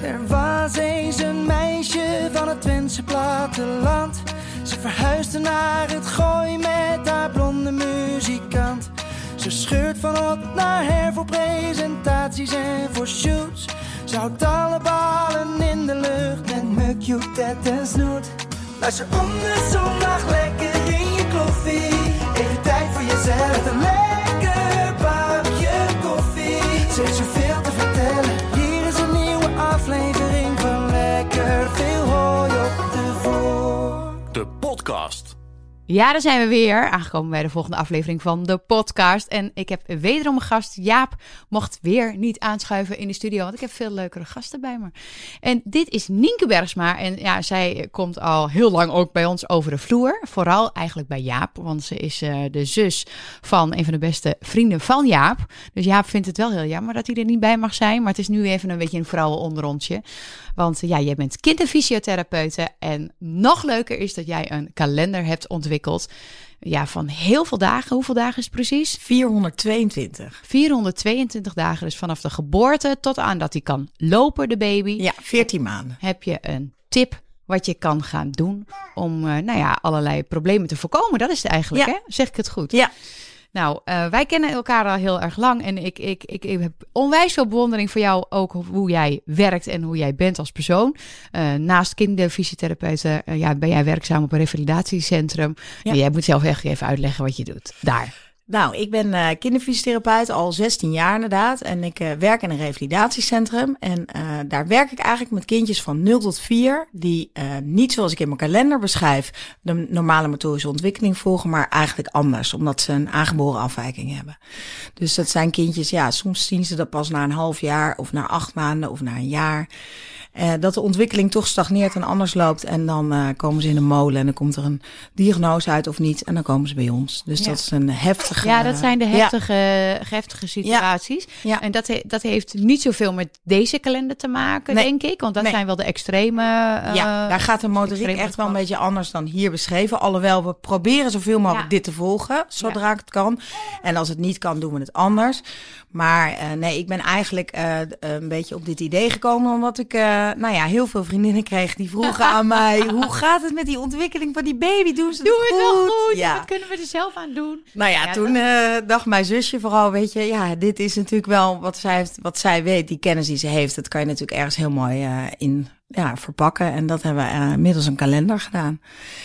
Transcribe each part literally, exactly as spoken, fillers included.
Er was eens een meisje van het Twentse platteland. Ze verhuisde naar het Gooi met haar blonde muzikant. Ze scheurt van op naar her voor presentaties en voor shoots. Ze houdt alle ballen in de lucht met Muk, Joep, Ted en Snoet. Luister om de zondag lekker in je kloffie. Even tijd voor jezelf, een lekker bakje koffie. Ze heeft zoveel te vertellen, hier is een nieuwe aflevering van Lekker Veel Hooi op de Vloer. De podcast. Ja, daar zijn we weer, aangekomen bij de volgende aflevering van de podcast. En ik heb wederom een gast. Jaap mocht weer niet aanschuiven in de studio, want ik heb veel leukere gasten bij me. En dit is Nienke Bergsma. En ja, zij komt al heel lang ook bij ons over de vloer. Vooral eigenlijk bij Jaap, want ze is uh, de zus van een van de beste vrienden van Jaap. Dus Jaap vindt het wel heel jammer dat hij er niet bij mag zijn. Maar het is nu even een beetje een vrouwenonderrondje. Want ja, jij bent kinderfysiotherapeute. En nog leuker is dat jij een kalender hebt ontwikkeld. Ja, van heel veel dagen. Hoeveel dagen is het precies? vierhonderdtweeëntwintig. vierhonderdtweeëntwintig dagen, dus vanaf de geboorte tot aan dat hij kan lopen, de baby. Ja, veertien maanden. Heb je een tip wat je kan gaan doen om uh, nou ja, allerlei problemen te voorkomen? Dat is het eigenlijk, ja. Hè? Zeg ik het goed? Ja. Nou, uh, wij kennen elkaar al heel erg lang en ik, ik, ik, ik heb onwijs veel bewondering voor jou, ook hoe jij werkt en hoe jij bent als persoon. Uh, naast kinderfysiotherapeuten uh, ja, ben jij werkzaam op een revalidatiecentrum. Ja. En jij moet zelf echt even uitleggen wat je doet daar. Nou, ik ben uh, kinderfysiotherapeut al zestien jaar inderdaad. En ik uh, werk in een revalidatiecentrum. En uh, daar werk ik eigenlijk met kindjes van nul tot vier... die uh, niet zoals ik in mijn kalender beschrijf de normale motorische ontwikkeling volgen, maar eigenlijk anders, omdat ze een aangeboren afwijking hebben. Dus dat zijn kindjes, ja, soms zien ze dat pas na een half jaar of na acht maanden of na een jaar. Uh, dat de ontwikkeling toch stagneert en anders loopt. En dan uh, komen ze in een molen en dan komt er een diagnose uit of niet. En dan komen ze bij ons. Dus ja. dat is een heftige... Ja, dat zijn de heftige, ja. heftige situaties. Ja. Ja. En dat, he, dat heeft niet zoveel met deze kalender te maken, nee. denk ik. Want dat nee. zijn wel de extreme... Uh, ja, daar gaat de motoriek echt wel een beetje anders dan hier beschreven. Alhoewel, we proberen zoveel mogelijk ja. dit te volgen, zodra ja. het kan. En als het niet kan, doen we het anders. Maar uh, nee, ik ben eigenlijk uh, een beetje op dit idee gekomen, omdat ik... Uh, nou ja, heel veel vriendinnen kreeg die vroegen aan mij, hoe gaat het met die ontwikkeling van die baby? Doen ze Doe het goed? goed? Wel goed? Ja. Wat kunnen we er zelf aan doen? Nou ja, ja toen uh, dacht mijn zusje vooral, weet je, ja, dit is natuurlijk wel wat zij heeft, wat zij weet, die kennis die ze heeft, dat kan je natuurlijk ergens heel mooi uh, in ja, verpakken. En dat hebben we uh, middels een kalender gedaan.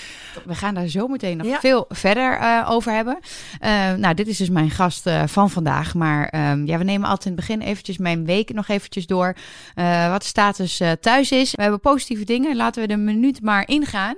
We gaan daar zo meteen nog ja. veel verder uh, over hebben. Uh, nou, dit is dus mijn gast uh, van vandaag. Maar um, ja, we nemen altijd in het begin eventjes mijn week nog eventjes door. Uh, wat de status uh, thuis is. We hebben positieve dingen. Laten we de minuut maar ingaan.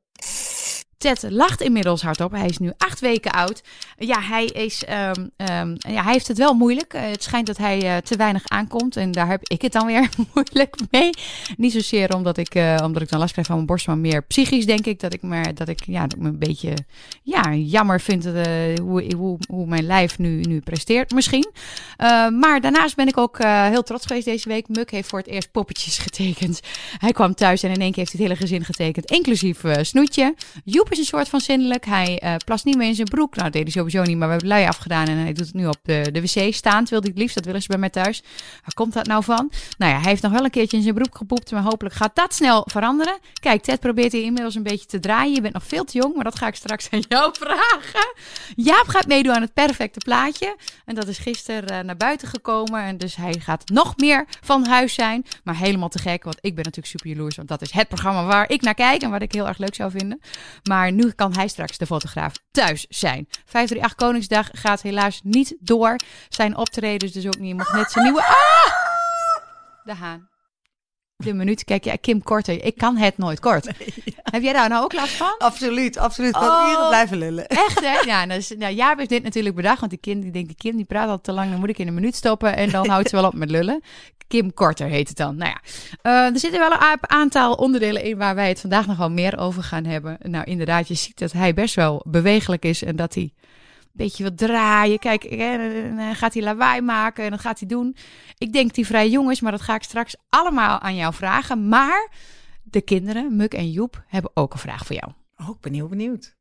Ted lacht inmiddels hardop. Hij is nu acht weken oud. Ja, hij, is, um, um, ja, hij heeft het wel moeilijk. Uh, het schijnt dat hij uh, te weinig aankomt. En daar heb ik het dan weer moeilijk mee. Niet zozeer omdat ik, uh, omdat ik dan last krijg van mijn borst, maar meer psychisch denk ik. Dat ik me, dat ik, ja, dat ik me een beetje ja, jammer vind uh, hoe, hoe, hoe mijn lijf nu, nu presteert misschien. Uh, maar daarnaast ben ik ook uh, heel trots geweest deze week. Muk heeft voor het eerst poppetjes getekend. Hij kwam thuis en in één keer heeft hij het hele gezin getekend. Inclusief uh, Snoetje. Joep is een soort van zindelijk. Hij uh, plast niet meer in zijn broek. Nou, dat deed hij sowieso niet, maar we hebben lui afgedaan en hij doet het nu op de, de wc staand. Wil hij het liefst, dat willen ze bij mij thuis. Waar komt dat nou van? Nou ja, hij heeft nog wel een keertje in zijn broek gepoept, maar hopelijk gaat dat snel veranderen. Kijk, Ted probeert hier inmiddels een beetje te draaien. Je bent nog veel te jong, maar dat ga ik straks aan jou vragen. Jaap gaat meedoen aan het perfecte plaatje. En dat is gisteren uh, naar buiten gekomen. En dus hij gaat nog meer van huis zijn. Maar helemaal te gek, want ik ben natuurlijk super jaloers. Want dat is het programma waar ik naar kijk en wat ik heel erg leuk zou vinden. Maar nu kan hij straks de fotograaf thuis zijn. vijfhonderdachtendertig Koningsdag gaat helaas niet door. Zijn optredens dus ook niet. Je mag net zijn nieuwe... Ah! De haan. De minuut. Kijk, ja, Kim Korter. Ik kan het nooit kort. Nee, ja. Heb jij daar nou ook last van? Absoluut, absoluut. Ik kan oh, hier blijven lullen. Echt, hè? Ja, dus, nou, Jaap heeft dit natuurlijk bedacht. Want die kind, die denkt, die Kim die praat al te lang. Dan moet ik in een minuut stoppen. En dan houdt ze wel op met lullen. Kim Korter heet het dan. Nou ja, uh, er zitten wel een aantal onderdelen in waar wij het vandaag nog wel meer over gaan hebben. Nou, inderdaad, je ziet dat hij best wel bewegelijk is en dat hij een beetje wil draaien. Kijk, dan gaat hij lawaai maken en dat gaat hij doen. Ik denk dat hij vrij jong is, maar dat ga ik straks allemaal aan jou vragen. Maar de kinderen, Muk en Joep, hebben ook een vraag voor jou. Oh, ik ben heel benieuwd.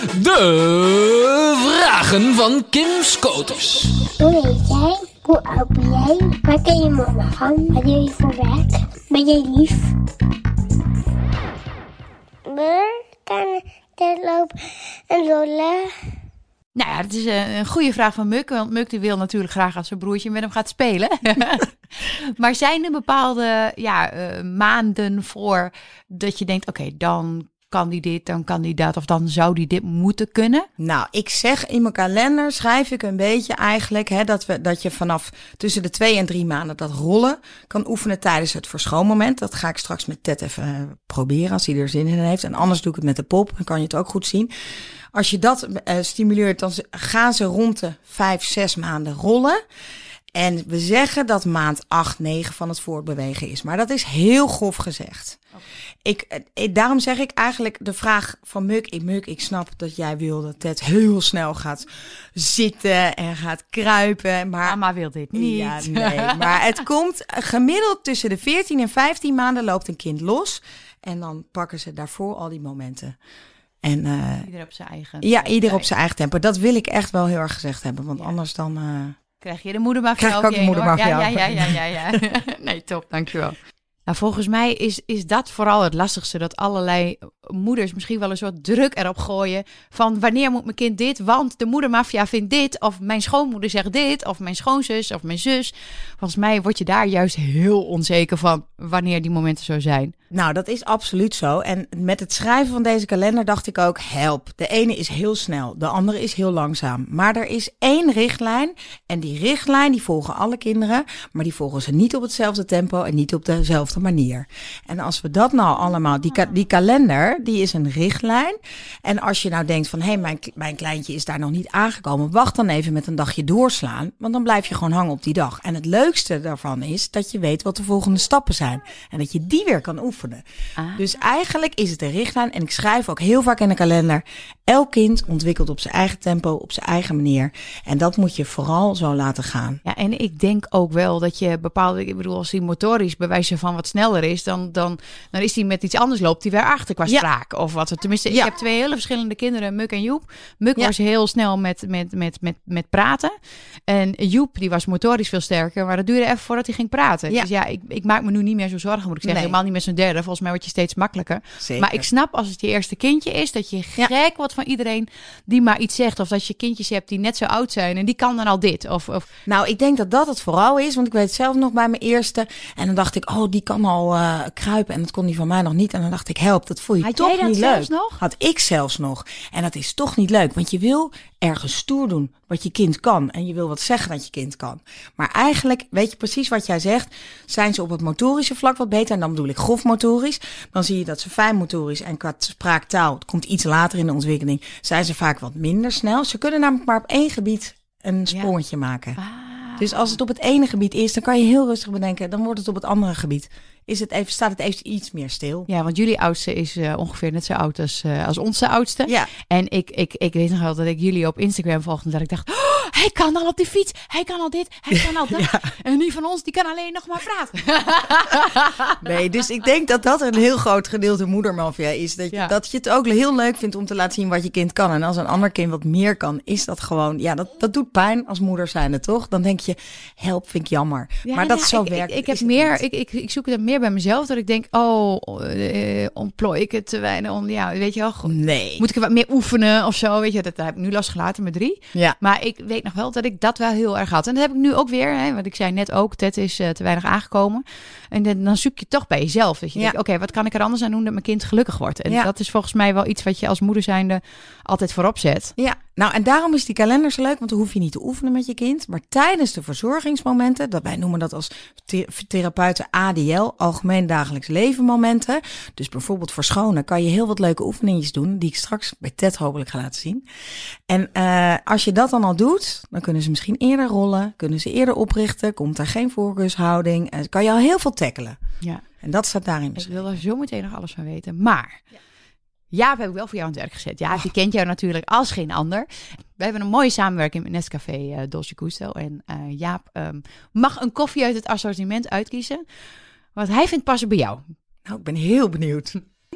De vragen van Kim Skoters. Hoe heet jij? Hoe oud ben jij? Waar ken je mama van? Wat doe je voor werk? Ben jij lief? We kunnen dit lopen en rollen. Nou ja, dat is een goede vraag van Muk. Want Muk die wil natuurlijk graag als zijn broertje met hem gaat spelen. Maar zijn er bepaalde ja, uh, maanden voor dat je denkt... oké, okay, dan kan die dit, dan kan die dat... of dan zou die dit moeten kunnen? Nou, ik zeg in mijn kalender, schrijf ik een beetje eigenlijk... Hè, dat, we, dat je vanaf tussen de twee en drie maanden dat rollen kan oefenen tijdens het verschoonmoment. Dat ga ik straks met Ted even uh, proberen als hij er zin in heeft. En anders doe ik het met de pop, dan kan je het ook goed zien. Als je dat uh, stimuleert, dan gaan ze rond de vijf, zes maanden rollen... En we zeggen dat maand acht, negen van het voortbewegen is. Maar dat is heel grof gezegd. Okay. Ik, ik, daarom zeg ik eigenlijk de vraag van Muk. Ik, Muk, ik snap dat jij wil dat Ted heel snel gaat zitten en gaat kruipen. Maar Mama wil dit niet. Ja, nee. Maar het komt gemiddeld tussen de veertien en vijftien maanden loopt een kind los. En dan pakken ze daarvoor al die momenten. En, uh, ieder op zijn eigen Ja, ieder tijd. Op zijn eigen tempo. Dat wil ik echt wel heel erg gezegd hebben. Want ja. anders dan... Uh, Krijg je de moedermafia Krijg ik ook de moedermafia. Ja, ja, ja, ja, ja, ja. Nee, top, dankjewel. Nou, volgens mij is, is dat vooral het lastigste. Dat allerlei moeders misschien wel een soort druk erop gooien. Van wanneer moet mijn kind dit? Want de moedermafia vindt dit. Of mijn schoonmoeder zegt dit. Of mijn schoonzus of mijn zus. Volgens mij word je daar juist heel onzeker van. Wanneer die momenten zo zijn. Nou, dat is absoluut zo. En met het schrijven van deze kalender dacht ik ook, help. De ene is heel snel, de andere is heel langzaam. Maar er is één richtlijn. En die richtlijn, die volgen alle kinderen. Maar die volgen ze niet op hetzelfde tempo en niet op dezelfde manier. En als we dat nou allemaal, die, ka- die kalender, die is een richtlijn. En als je nou denkt van, hé, hey, mijn, mijn kleintje is daar nog niet aangekomen. Wacht dan even met een dagje doorslaan. Want dan blijf je gewoon hangen op die dag. En het leukste daarvan is dat je weet wat de volgende stappen zijn. En dat je die weer kan oefenen. Ah. Dus eigenlijk is het een richtlijn. En ik schrijf ook heel vaak in de kalender. Elk kind ontwikkelt op zijn eigen tempo, op zijn eigen manier. En dat moet je vooral zo laten gaan. Ja, en ik denk ook wel dat je bepaalde... Ik bedoel, als hij motorisch bij wijze van wat sneller is... dan, dan, dan is hij met iets anders loopt hij weer achter qua spraak. Ja. Of wat er tenminste... Ja. Ik heb twee hele verschillende kinderen, Muk en Joep. Muk ja. was heel snel met, met, met, met, met praten. En Joep, die was motorisch veel sterker. Maar dat duurde even voordat hij ging praten. Ja. Dus ja, ik, ik maak me nu niet meer zo zorgen, moet ik zeggen. Nee. Helemaal niet met zijn derde. Volgens mij word je steeds makkelijker. Zeker. Maar ik snap als het je eerste kindje is... dat je gek ja. wordt van iedereen die maar iets zegt. Of dat je kindjes hebt die net zo oud zijn... en die kan dan al dit. Of, of... Nou, ik denk dat dat het vooral is. Want ik weet zelf nog bij mijn eerste... en dan dacht ik, oh, die kan al uh, kruipen... en dat kon die van mij nog niet. En dan dacht ik, help, dat voel je Had toch jij dat niet zelfs leuk. Nog? Had ik zelfs nog. En dat is toch niet leuk. Want je wil ergens stoer doen wat je kind kan. En je wil wat zeggen dat je kind kan. Maar eigenlijk, weet je precies wat jij zegt... zijn ze op het motorische vlak wat beter. En dan bedoel ik grof motorisch. Dan zie je dat ze fijnmotorisch en qua spraaktaal... het komt iets later in de ontwikkeling... zijn ze vaak wat minder snel. Ze kunnen namelijk maar op één gebied een sprongetje ja. maken. Ah. Dus als het op het ene gebied is... dan kan je heel rustig bedenken... dan wordt het op het andere gebied... Is het even, staat het even iets meer stil. Ja, want jullie oudste is uh, ongeveer net zo oud als, uh, als onze oudste. Ja. En ik, ik, ik weet nog wel dat ik jullie op Instagram volgde. Dat ik dacht, oh, hij kan al op die fiets. Hij kan al dit, hij kan al dat. Ja. En die van ons, die kan alleen nog maar praten. Nee, dus ik denk dat dat een heel groot gedeelte moedermafia is. Dat je, ja. dat je het ook heel leuk vindt om te laten zien wat je kind kan. En als een ander kind wat meer kan, is dat gewoon... Ja, dat, dat doet pijn als moeder zijnde, toch? Dan denk je, help, vind ik jammer. Ja, maar dat ja, zo ik, werkt. Ik, ik heb meer, ik, ik, ik zoek het meer bij mezelf, dat ik denk, oh, uh, ontplooi ik het te weinig, on, ja, weet je wel, goed, nee. Moet ik er wat meer oefenen of zo, weet je, dat, dat heb ik nu losgelaten met drie. Ja. Maar ik weet nog wel dat ik dat wel heel erg had. En dat heb ik nu ook weer, hè, want ik zei net ook, Ted is uh, te weinig aangekomen. En dan, dan zoek je toch bij jezelf, dat je ja. denkt, oké, okay, wat kan ik er anders aan doen dat mijn kind gelukkig wordt? En ja. dat is volgens mij wel iets wat je als moeder zijnde altijd voorop zet. Ja. Nou, en daarom is die kalender zo leuk, want dan hoef je niet te oefenen met je kind. Maar tijdens de verzorgingsmomenten, dat wij noemen dat als the- therapeuten A D L, algemeen dagelijks leven momenten. Dus bijvoorbeeld verschonen kan je heel wat leuke oefeningetjes doen, die ik straks bij Ted hopelijk ga laten zien. En uh, als je dat dan al doet, dan kunnen ze misschien eerder rollen, kunnen ze eerder oprichten, komt er geen voorkeurshouding, en kan je al heel veel tackelen. Ja. En dat staat daarin beschreven. Ik wil er zo meteen nog alles van weten, maar... Ja. Jaap heb ik wel voor jou aan het werk gezet. Ja, die kent jou natuurlijk als geen ander. We hebben een mooie samenwerking met Nescafé uh, Dolce Gusto. En uh, Jaap um, mag een koffie uit het assortiment uitkiezen. Wat hij vindt passen bij jou. Nou, ik ben heel benieuwd.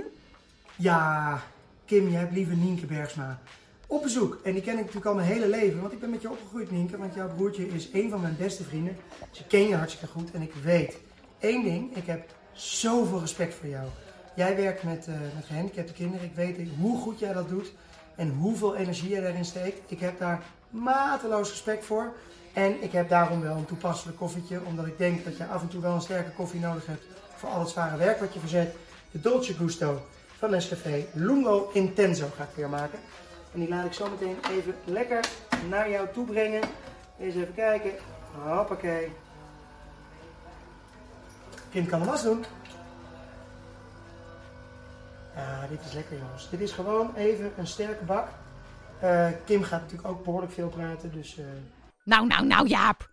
Ja, Kim, je hebt liever Nienke Bergsma op bezoek. En die ken ik natuurlijk al mijn hele leven. Want ik ben met je opgegroeid, Nienke. Want jouw broertje is een van mijn beste vrienden. Dus ik ken je hartstikke goed. En ik weet één ding. Ik heb zoveel respect voor jou. Jij werkt met, uh, met gehandicapte kinderen. Ik weet hoe goed jij dat doet en hoeveel energie jij daarin steekt. Ik heb daar mateloos respect voor. En ik heb daarom wel een toepasselijk koffietje, omdat ik denk dat je af en toe wel een sterke koffie nodig hebt voor al het zware werk wat je verzet. De Dolce Gusto van Nescafé Lungo Intenso ga ik weer maken. En die laat ik zo meteen even lekker naar jou toe brengen. Eens even kijken. Hoppakee. Kim kan de was doen. Ja, dit is lekker jongens. Dit is gewoon even een sterke bak. Uh, Kim gaat natuurlijk ook behoorlijk veel praten, dus... Uh... Nou, nou, nou, Jaap.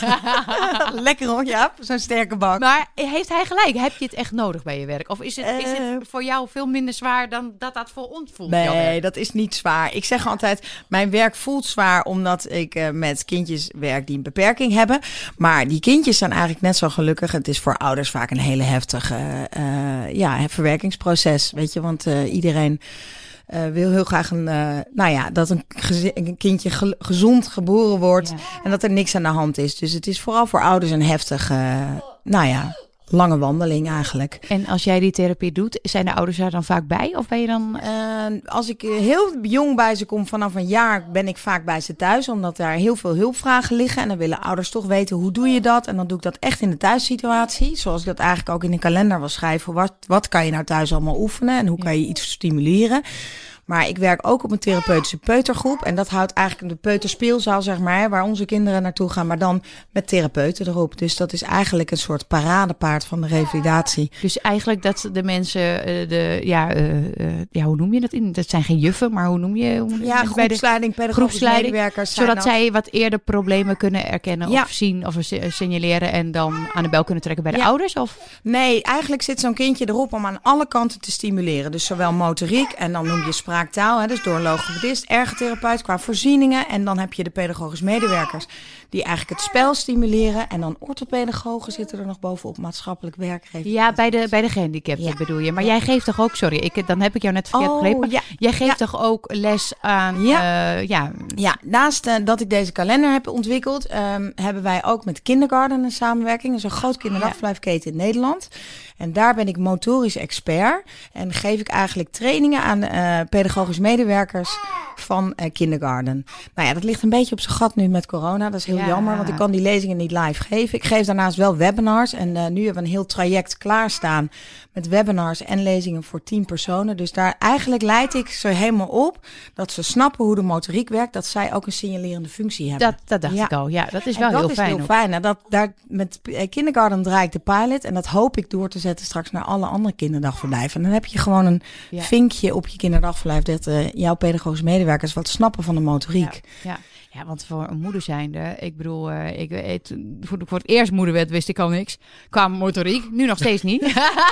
Lekker hoor, Jaap. Zo'n sterke bak. Maar heeft hij gelijk? Heb je het echt nodig bij je werk? Of is het, uh, is het voor jou veel minder zwaar dan dat dat voor ons voelt? Nee, dat is niet zwaar. Ik zeg altijd, mijn werk voelt zwaar omdat ik uh, met kindjes werk die een beperking hebben. Maar die kindjes zijn eigenlijk net zo gelukkig. Het is voor ouders vaak een hele heftige uh, ja, verwerkingsproces. Weet je, want uh, iedereen... Uh, wil heel graag een, uh, nou ja, dat een, gez- een kindje ge- gezond geboren wordt ja. En dat er niks aan de hand is. Dus het is vooral voor ouders een heftige, uh, nou ja, lange wandeling eigenlijk. En als jij die therapie doet, zijn de ouders daar dan vaak bij? Of ben je dan... Uh, als ik heel jong bij ze kom, vanaf een jaar ben ik vaak bij ze thuis. Omdat daar heel veel hulpvragen liggen. En dan willen ouders toch weten, hoe doe je dat? En dan doe ik dat echt in de thuissituatie. Zoals ik dat eigenlijk ook in een kalender wil schrijven. Wat, wat kan je nou thuis allemaal oefenen? En hoe kan je iets stimuleren? Maar ik werk ook op een therapeutische peutergroep. En dat houdt eigenlijk de peuterspeelzaal, zeg maar, waar onze kinderen naartoe gaan. Maar dan met therapeuten erop. Dus dat is eigenlijk een soort paradepaard van de revalidatie. Dus eigenlijk dat de mensen, de, ja, uh, uh, ja, hoe noem je dat? In? Dat zijn geen juffen, maar hoe noem je? Hoe noem je ja, groepsleiding, pedagogische medewerkers. Zodat dat... zij wat eerder problemen kunnen erkennen ja. of zien of signaleren. En dan aan de bel kunnen trekken bij de ja. ouders? Of? Nee, eigenlijk zit zo'n kindje erop om aan alle kanten te stimuleren. Dus zowel motoriek en dan noem je spraak. Taal, hè, dus door een logopedist, ergotherapeut qua voorzieningen. En dan heb je de pedagogisch medewerkers die eigenlijk het spel stimuleren. En dan orthopedagogen zitten er nog bovenop, maatschappelijk werk. Ja, bij de, bij de gehandicapten ja. bedoel je. Maar ja. jij geeft toch ook, sorry, ik, dan heb ik jou net verkeerd oh, begrepen. Ja. Jij geeft ja. toch ook les aan... Ja, uh, ja. ja naast uh, dat ik deze kalender heb ontwikkeld, um, hebben wij ook met Kindergarten een samenwerking. Dat is een groot kinderdagverblijfketen in Nederland. En daar ben ik motorisch expert. En geef ik eigenlijk trainingen aan uh, pedagogisch medewerkers van uh, Kindergarten. Nou ja, dat ligt een beetje op zijn gat nu met corona. Dat is heel ja. jammer, want ik kan die lezingen niet live geven. Ik geef daarnaast wel webinars. En uh, nu hebben we een heel traject klaarstaan met webinars en lezingen voor tien personen. Dus daar eigenlijk leid ik ze helemaal op dat ze snappen hoe de motoriek werkt. Dat zij ook een signalerende functie hebben. Dat, dat dacht ja. ik al. Ja, dat is wel en heel dat fijn. Dat is heel fijn. En dat, daar, met Kindergarten draai ik de pilot. En dat hoop ik door te zetten straks naar alle andere kinderdagverblijven. En dan heb je gewoon een ja. vinkje op je kinderdagverblijf dat uh, jouw pedagogische medewerkers wat snappen van de motoriek. Ja, ja. Ja, want voor een moeder zijnde, ik bedoel, uh, ik weet, voor, voor het eerst moeder werd, wist ik al niks. Qua motoriek, nu nog steeds niet.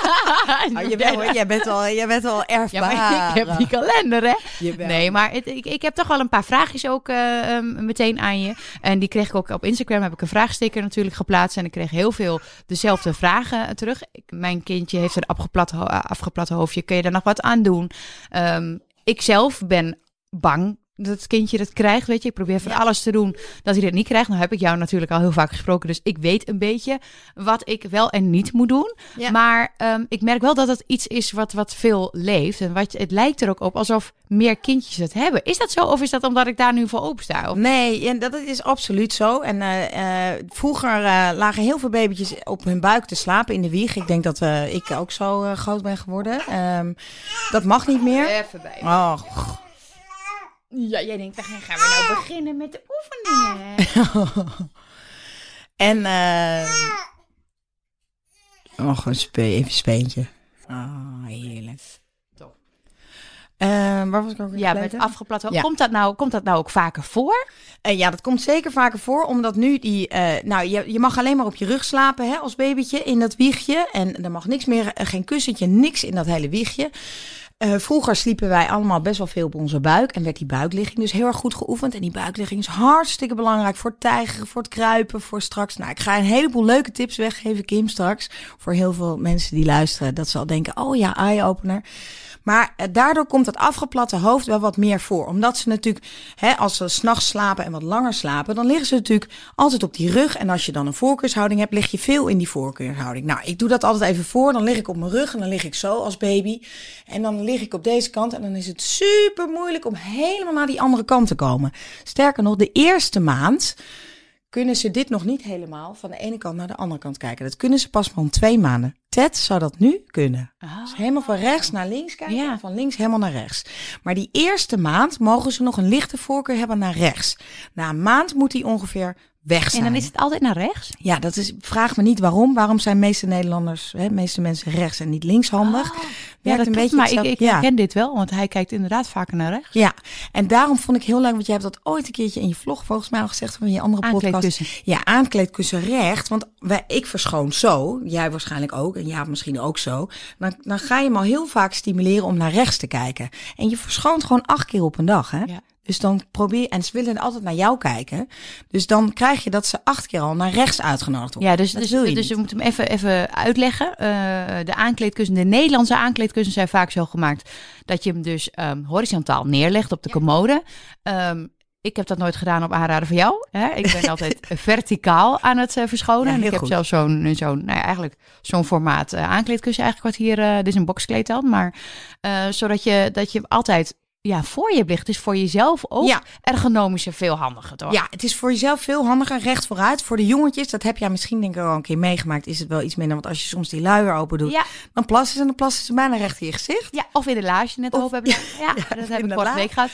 oh, je bent, hoor, jij, bent al, jij bent al erfbaar. Ja, maar ik heb die kalender, hè? Jawel. Nee, maar het, ik, ik heb toch wel een paar vraagjes ook uh, um, meteen aan je. En die kreeg ik ook op Instagram, heb ik een vraagsticker natuurlijk geplaatst. En ik kreeg heel veel dezelfde vragen terug. Ik, mijn kindje heeft een afgeplat, afgeplat hoofdje, kun je daar nog wat aan doen? Um, ik zelf ben bang dat het kindje dat krijgt, weet je. Ik probeer van ja. alles te doen dat hij dat niet krijgt. Nou heb ik jou natuurlijk al heel vaak gesproken, dus ik weet een beetje wat ik wel en niet moet doen. Ja. Maar um, ik merk wel dat het iets is wat, wat veel leeft. En wat, het lijkt er ook op alsof meer kindjes het hebben. Is dat zo of is dat omdat ik daar nu voor open sta? Of? Nee, en dat is absoluut zo. En uh, uh, vroeger uh, lagen heel veel babytjes op hun buik te slapen in de wieg. Ik denk dat uh, ik ook zo uh, groot ben geworden. Um, dat mag niet meer. Even bij. Oh. Ja, jij denkt, dan gaan we nou beginnen met de oefeningen. en, uh... oh, een spe- even een speentje. Oh, heerlijk. Top. Uh, waar was ik ook weer Ja, met afgeplat hoofd. Ja. Komt dat nou, komt dat nou ook vaker voor? Uh, ja, dat komt zeker vaker voor, omdat nu die... Uh, nou, je, je mag alleen maar op je rug slapen, hè, als babytje in dat wiegje. En er mag niks meer, uh, geen kussentje, niks in dat hele wiegje. Uh, vroeger sliepen wij allemaal best wel veel op onze buik. En werd die buikligging dus heel erg goed geoefend. En die buikligging is hartstikke belangrijk voor het tijgeren, voor het kruipen, voor straks. Nou, ik ga een heleboel leuke tips weggeven, Kim, straks. Voor heel veel mensen die luisteren. Dat ze al denken, oh ja, eye-opener. Maar uh, daardoor komt het afgeplatte hoofd wel wat meer voor. Omdat ze natuurlijk, hè, als ze 's nachts slapen en wat langer slapen, dan liggen ze natuurlijk altijd op die rug. En als je dan een voorkeurshouding hebt, lig je veel in die voorkeurshouding. Nou, ik doe dat altijd even voor. Dan lig ik op mijn rug en dan lig ik zo als baby. En dan lig ik op deze kant en dan is het super moeilijk om helemaal naar die andere kant te komen. Sterker nog, de eerste maand kunnen ze dit nog niet helemaal van de ene kant naar de andere kant kijken. Dat kunnen ze pas maar om twee maanden. Ted zou dat nu kunnen. Oh. Dus helemaal van rechts naar links kijken Ja. en van links helemaal naar rechts. Maar die eerste maand mogen ze nog een lichte voorkeur hebben naar rechts. Na een maand moet die ongeveer weg zijn. En dan is het altijd naar rechts? Ja, dat is, vraag me niet waarom. Waarom zijn meeste Nederlanders, hè, meeste mensen rechts en niet linkshandig? Oh, Werkt ja, dat een klopt, beetje maar ik, hetzelfde- ik ja. herken dit wel, want hij kijkt inderdaad vaker naar rechts. Ja, en daarom vond ik heel leuk, want jij hebt dat ooit een keertje in je vlog volgens mij al gezegd van je andere podcast. Aankleedkussen. Ja, aankleedkussen recht, want wij, ik verschoon zo, jij waarschijnlijk ook en jij misschien ook zo. Dan, dan ga je hem al heel vaak stimuleren om naar rechts te kijken. En je verschoont gewoon acht keer op een dag, hè? Ja. Dus dan probeer, en ze willen altijd naar jou kijken. Dus dan krijg je dat ze acht keer al naar rechts uitgenodigd worden. Ja, dus, Dat dus, wil je dus niet. we moeten hem even, even uitleggen. Uh, de aankleedkussen, de Nederlandse aankleedkussen zijn vaak zo gemaakt dat je hem dus um, horizontaal neerlegt op de commode. Um, ik heb dat nooit gedaan op aanraden van jou. Hè? Ik ben altijd verticaal aan het uh, verschonen. Ja, en ik heel heb goed. zelfs zo'n, zo'n, nou ja, eigenlijk zo'n formaat uh, aankleedkussen eigenlijk wat hier, uh, dit is een boxkleed dan, maar uh, zodat je, dat je altijd ja, voor je ligt. Het is voor jezelf ook Ja. ergonomischer veel handiger, toch? Ja, het is voor jezelf veel handiger, recht vooruit. Voor de jongetjes, dat heb jij misschien denk ik al een keer meegemaakt, is het wel iets minder. Want als je soms die luier open doet, Ja. dan plassen ze en dan plassen ze bijna recht in je gezicht. Ja, of in de laars net Of- open hebben. Ja, ja, dat heb in ik de vorige la- week gehad.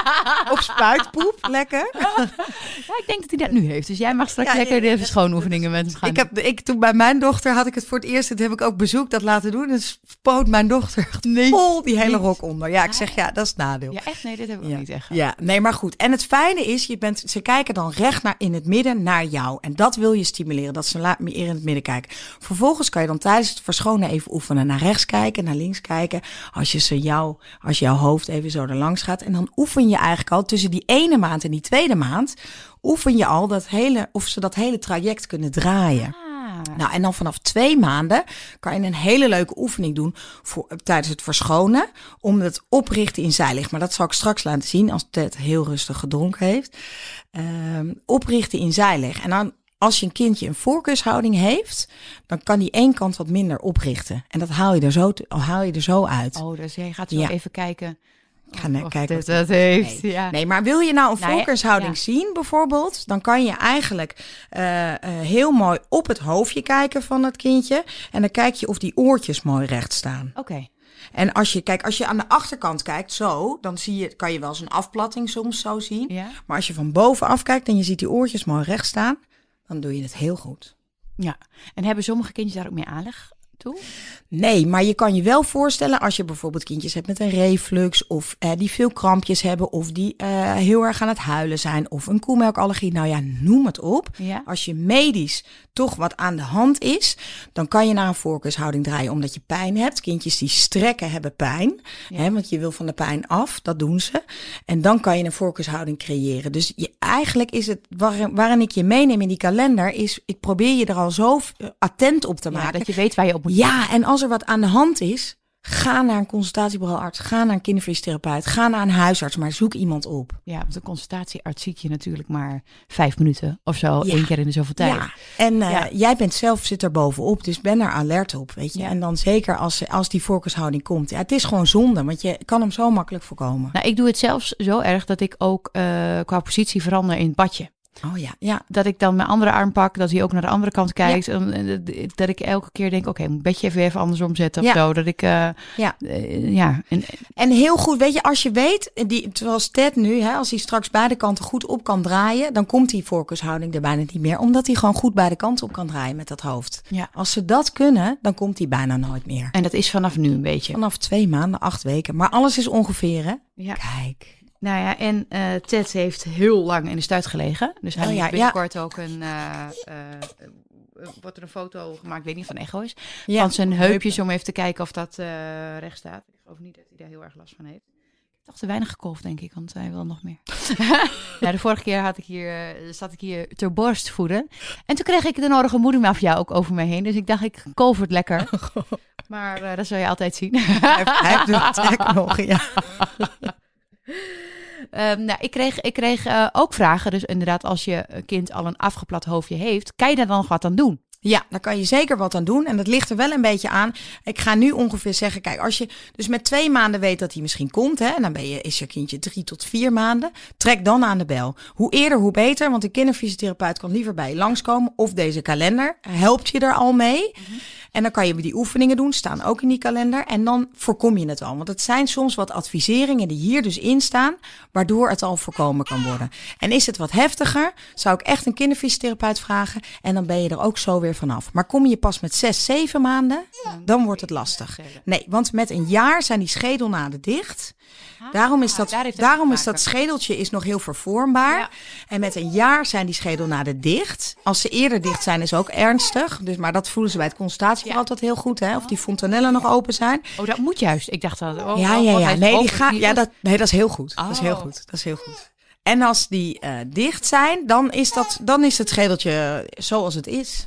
Op spuitpoep, lekker. Ja, ik denk dat hij dat nu heeft. Dus jij mag straks Ja, lekker ja, de verschoonoefeningen met hem gaan Ik heb, ik, toen bij mijn dochter had ik het voor het eerst, dat heb ik ook bezoek dat laten doen. En spoot mijn dochter vol die hele niet. rok onder. Ja, ik zeg ja, dat is het nadeel. doen. Ja, echt? Nee, dit heb ik ook Ja. niet echt. Ja, nee, maar goed. En het fijne is, je bent, ze kijken dan recht naar in het midden naar jou. En dat wil je stimuleren, dat ze la- meer in het midden kijken. Vervolgens kan je dan tijdens het verschonen even oefenen. Naar rechts kijken, naar links kijken. Als je ze jou, als jouw hoofd even zo er langs gaat. En dan oefen je eigenlijk al tussen die ene maand en die tweede maand. Oefen je al dat hele, of ze dat hele traject kunnen draaien. Ah. Nou, en dan vanaf twee maanden kan je een hele leuke oefening doen voor, tijdens het verschonen. Om het oprichten in zijlicht. Maar dat zal ik straks laten zien als Ted heel rustig gedronken heeft. Um, oprichten in zijlicht. En dan, als je een kindje een voorkeurshouding heeft, dan kan die één kant wat minder oprichten. En dat haal je er zo, te, haal je er zo uit. Oh, dus jij gaat zo Ja. even kijken. Ik ga net of kijken dit wat- dat heeft. Nee. Ja. Nee, maar wil je nou een Nou ja, voorkeurshouding ja. zien bijvoorbeeld, dan kan je eigenlijk uh, uh, heel mooi op het hoofdje kijken van het kindje. En dan kijk je of die oortjes mooi recht staan. Oké. En als je, kijk, als je aan de achterkant kijkt, zo, dan zie je, kan je wel eens een afplatting soms zo zien. Ja. Maar als je van bovenaf kijkt en je ziet die oortjes mooi recht staan, dan doe je het heel goed. Ja. En hebben sommige kindjes daar ook meer aanleg toe? Nee, maar je kan je wel voorstellen als je bijvoorbeeld kindjes hebt met een reflux of eh, die veel krampjes hebben of die eh, heel erg aan het huilen zijn of een koemelkallergie. Nou ja, noem het op. Ja. Als je medisch toch wat aan de hand is, dan kan je naar een voorkeurshouding draaien omdat je pijn hebt. Kindjes die strekken hebben pijn, Ja. hè, want je wil van de pijn af, dat doen ze. En dan kan je een voorkeurshouding creëren. Dus je, eigenlijk is het, waar, waarin ik je meeneem in die kalender, is ik probeer je er al zo uh, attent op te Ja, maken. dat je weet waar je op moet. Ja, en als er wat aan de hand is, ga naar een consultatiebureauarts, ga naar een kinderfysiotherapeut, ga naar een huisarts, maar zoek iemand op. Ja, want een consultatiearts ziet je natuurlijk maar vijf minuten of zo, Ja. één keer in de zoveel tijd. Ja, en uh, Ja. jij bent zelf, zit er bovenop, dus ben er alert op, weet je. Ja. En dan zeker als, als die voorkeurshouding komt. Ja, het is gewoon zonde, want je kan hem zo makkelijk voorkomen. Nou, ik doe het zelfs zo erg dat ik ook uh, qua positie verander in het badje. Oh ja, ja. Dat ik dan mijn andere arm pak, dat hij ook naar de andere kant kijkt. En, en, dat ik elke keer denk, oké, okay, moet het bedje even, even andersom zetten of Ja. zo. Dat ik, uh, Ja. uh, ja. En, En heel goed, weet je, als je weet, die, zoals Ted nu, hè, als hij straks beide kanten goed op kan draaien, dan komt die voorkeurshouding er bijna niet meer, omdat hij gewoon goed beide kanten op kan draaien met dat hoofd. ja. Als ze dat kunnen, dan komt hij bijna nooit meer. En dat is vanaf nu een beetje. Vanaf twee maanden, acht weken. Maar alles is ongeveer, hè? Ja. Kijk. Nou ja, en uh, Ted heeft heel lang in de stuit gelegen. Dus hij Oh heeft ja, binnenkort ook een... Uh, uh, uh, wordt er een foto gemaakt, ik weet niet of het een echo is. Ja. Van zijn heupjes om even te kijken of dat uh, recht staat. Ik ga geloof niet dat hij daar heel erg last van heeft. Ik heb toch te weinig gekolfd, denk ik, want hij wil nog meer. Ja, de vorige keer had ik hier, uh, zat ik hier ter borst voeden. En toen kreeg ik de nodige moedermafia ook over mij heen. Dus ik dacht, ik kolf het lekker. Maar uh, dat zul je altijd zien. Hij heeft, hij heeft de trek nog, ja. Um, nou, ik kreeg, ik kreeg uh, ook vragen. Dus inderdaad, als je kind al een afgeplat hoofdje heeft, kan je daar dan nog wat aan doen? Ja, daar kan je zeker wat aan doen. En dat ligt er wel een beetje aan. Ik ga nu ongeveer zeggen, kijk, als je dus met twee maanden weet dat hij misschien komt, hè, en dan ben je, is je kindje drie tot vier maanden, trek dan aan de bel. Hoe eerder, hoe beter, want de kinderfysiotherapeut kan liever bij je langskomen. Of deze kalender helpt je er al mee. Mm-hmm. En dan kan je die oefeningen doen, staan ook in die kalender. En dan voorkom je het al. Want het zijn soms wat adviseringen die hier dus in staan, waardoor het al voorkomen kan worden. En is het wat heftiger, zou ik echt een kinderfysiotherapeut vragen. En dan ben je er ook zo weer vanaf. Maar kom je pas met zes, zeven maanden, dan wordt het lastig. Nee, want met een jaar zijn die schedelnaden dicht. Daarom is dat, daarom is dat schedeltje is nog heel vervormbaar. Ja. En met een jaar zijn die schedelnaden dicht. Als ze eerder dicht zijn, is ook ernstig. Dus, maar dat voelen ze bij het constatieverhaal ja. altijd heel goed. Hè? Of die fontanellen nog open zijn. Oh, dat moet juist. Ik dacht dat. Oh, ja, ja, ja. Nee, die gaan, ja dat, nee, dat is heel goed. Oh. Dat is heel goed. Dat is heel goed. En als die uh, dicht zijn, dan is, dat, dan is het schedeltje zoals het is.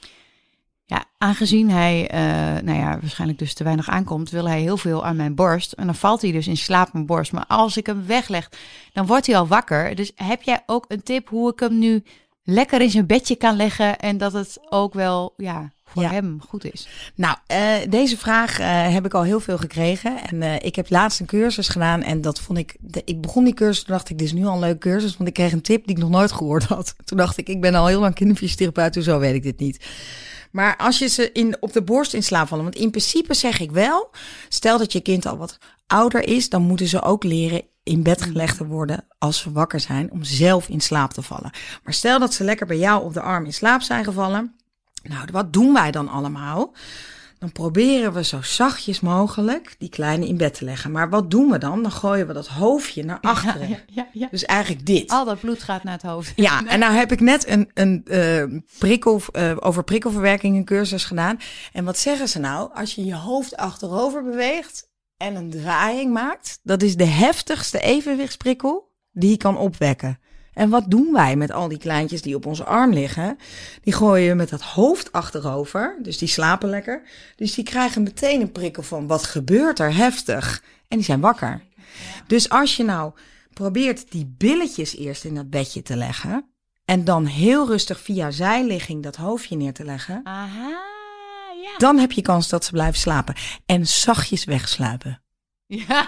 Ja, aangezien hij, uh, nou ja, waarschijnlijk dus te weinig aankomt, wil hij heel veel aan mijn borst. En dan valt hij dus in slaap mijn borst. Maar als ik hem wegleg, dan wordt hij al wakker. Dus heb jij ook een tip hoe ik hem nu lekker in zijn bedje kan leggen en dat het ook wel, ja, voor ja. hem goed is? Nou, uh, deze vraag uh, heb ik al heel veel gekregen. En uh, ik heb laatst een cursus gedaan en dat vond ik, de, ik begon die cursus, toen dacht ik, dit is nu al een leuke cursus, want ik kreeg een tip die ik nog nooit gehoord had. Toen dacht ik, ik ben al heel lang kinderfysiotherapeut, hoezo weet ik dit niet? Maar als je ze in, op de borst in slaap vallen, want in principe zeg ik wel, stel dat je kind al wat ouder is, dan moeten ze ook leren in bed gelegd te worden als ze wakker zijn, om zelf in slaap te vallen. Maar stel dat ze lekker bij jou op de arm in slaap zijn gevallen. Nou, wat doen wij dan allemaal? Dan proberen we zo zachtjes mogelijk die kleine in bed te leggen. Maar wat doen we dan? Dan gooien we dat hoofdje naar achteren. Ja, ja, ja, ja. Dus eigenlijk dit. Al dat bloed gaat naar het hoofd. Ja, nee. En nou heb ik net een, een uh, prikkel, uh, over prikkelverwerking een cursus gedaan. En wat zeggen ze nou? Als je je hoofd achterover beweegt en een draaiing maakt, dat is de heftigste evenwichtsprikkel die je kan opwekken. En wat doen wij met al die kleintjes die op onze arm liggen? Die gooien je met dat hoofd achterover. Dus die slapen lekker. Dus die krijgen meteen een prikkel van wat gebeurt er heftig. En die zijn wakker. Ja. Dus als je nou probeert die billetjes eerst in dat bedje te leggen. En dan heel rustig via zijligging dat hoofdje neer te leggen. Aha, ja. Dan heb je kans dat ze blijven slapen. En zachtjes wegsluipen. Ja.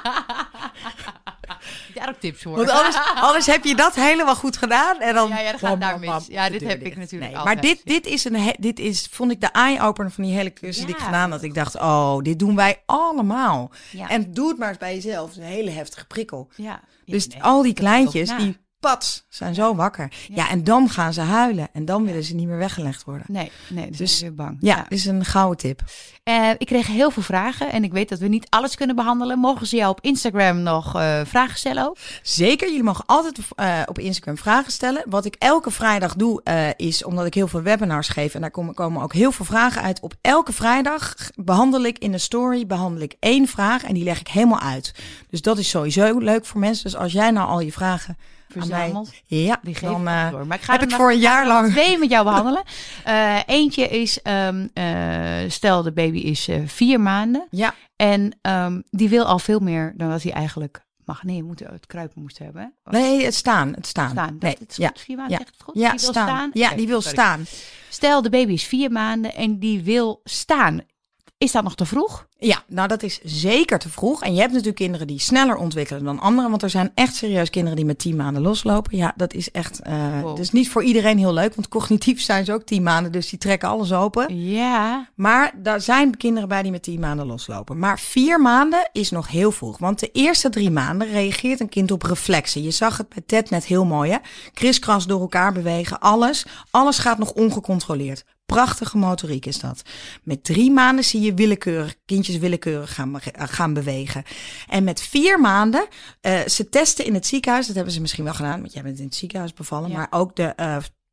Daar ook tips voor. Want anders, anders heb je dat helemaal goed gedaan. En dan ja, ja, dat gaat daar mis. Ja, dit heb ik natuurlijk nee, altijd. Maar dit, dit, is een, dit is, vond ik de eye-opener van die hele cursus ja. die ik gedaan had. Ik dacht, oh, dit doen wij allemaal. Ja. En doe het maar eens bij jezelf. Het is een hele heftige prikkel. Ja. Dus nee, al die kleintjes, die pats, zijn zo wakker. Ja. ja, en dan gaan ze huilen. En dan willen ze niet meer weggelegd worden. Nee, nee, dus, dus weer bang. Ja, ja, dit is een gouden tip. Uh, ik kreeg heel veel vragen en ik weet dat we niet alles kunnen behandelen. Mogen ze jou op Instagram nog uh, vragen stellen ook? Zeker, jullie mogen altijd uh, op Instagram vragen stellen. Wat ik elke vrijdag doe uh, is, omdat ik heel veel webinars geef en daar komen, komen ook heel veel vragen uit. Op elke vrijdag behandel ik in de story behandel ik één vraag en die leg ik helemaal uit. Dus dat is sowieso leuk voor mensen. Dus als jij nou al je vragen verzameld. Ja, die dan uh, door. Maar ik ga heb ik voor een jaar lang twee met jou behandelen. Uh, eentje is, um, uh, stel de baby is uh, vier maanden. Ja. En um, die wil al veel meer dan wat hij eigenlijk mag. Nee, je moet het kruipen moest hebben. Hè? Nee, het staan. Het staan. staan. Nee, het is ja. goed, vier maanden, ja. zegt het goed? Ja, die wil staan. staan. Ja, okay, die wil sorry. staan. Stel de baby is vier maanden en die wil staan. Is dat nog te vroeg? Ja, nou dat is zeker te vroeg. En je hebt natuurlijk kinderen die sneller ontwikkelen dan anderen. Want er zijn echt serieus kinderen die met tien maanden loslopen. Ja, dat is echt, uh, wow. dus niet voor iedereen heel leuk. Want cognitief zijn ze ook tien maanden, dus die trekken alles open. Ja. Maar daar zijn kinderen bij die met tien maanden loslopen. Maar vier maanden is nog heel vroeg. Want de eerste drie maanden reageert een kind op reflexen. Je zag het bij Ted net heel mooi, hè? Kriskras door elkaar bewegen, alles. Alles gaat nog ongecontroleerd. Prachtige motoriek is dat. Met drie maanden zie je willekeurig, kindjes willekeurig gaan, gaan bewegen. En met vier maanden, uh, ze testen in het ziekenhuis, dat hebben ze misschien wel gedaan, want jij bent in het ziekenhuis bevallen, ja. maar ook de uh,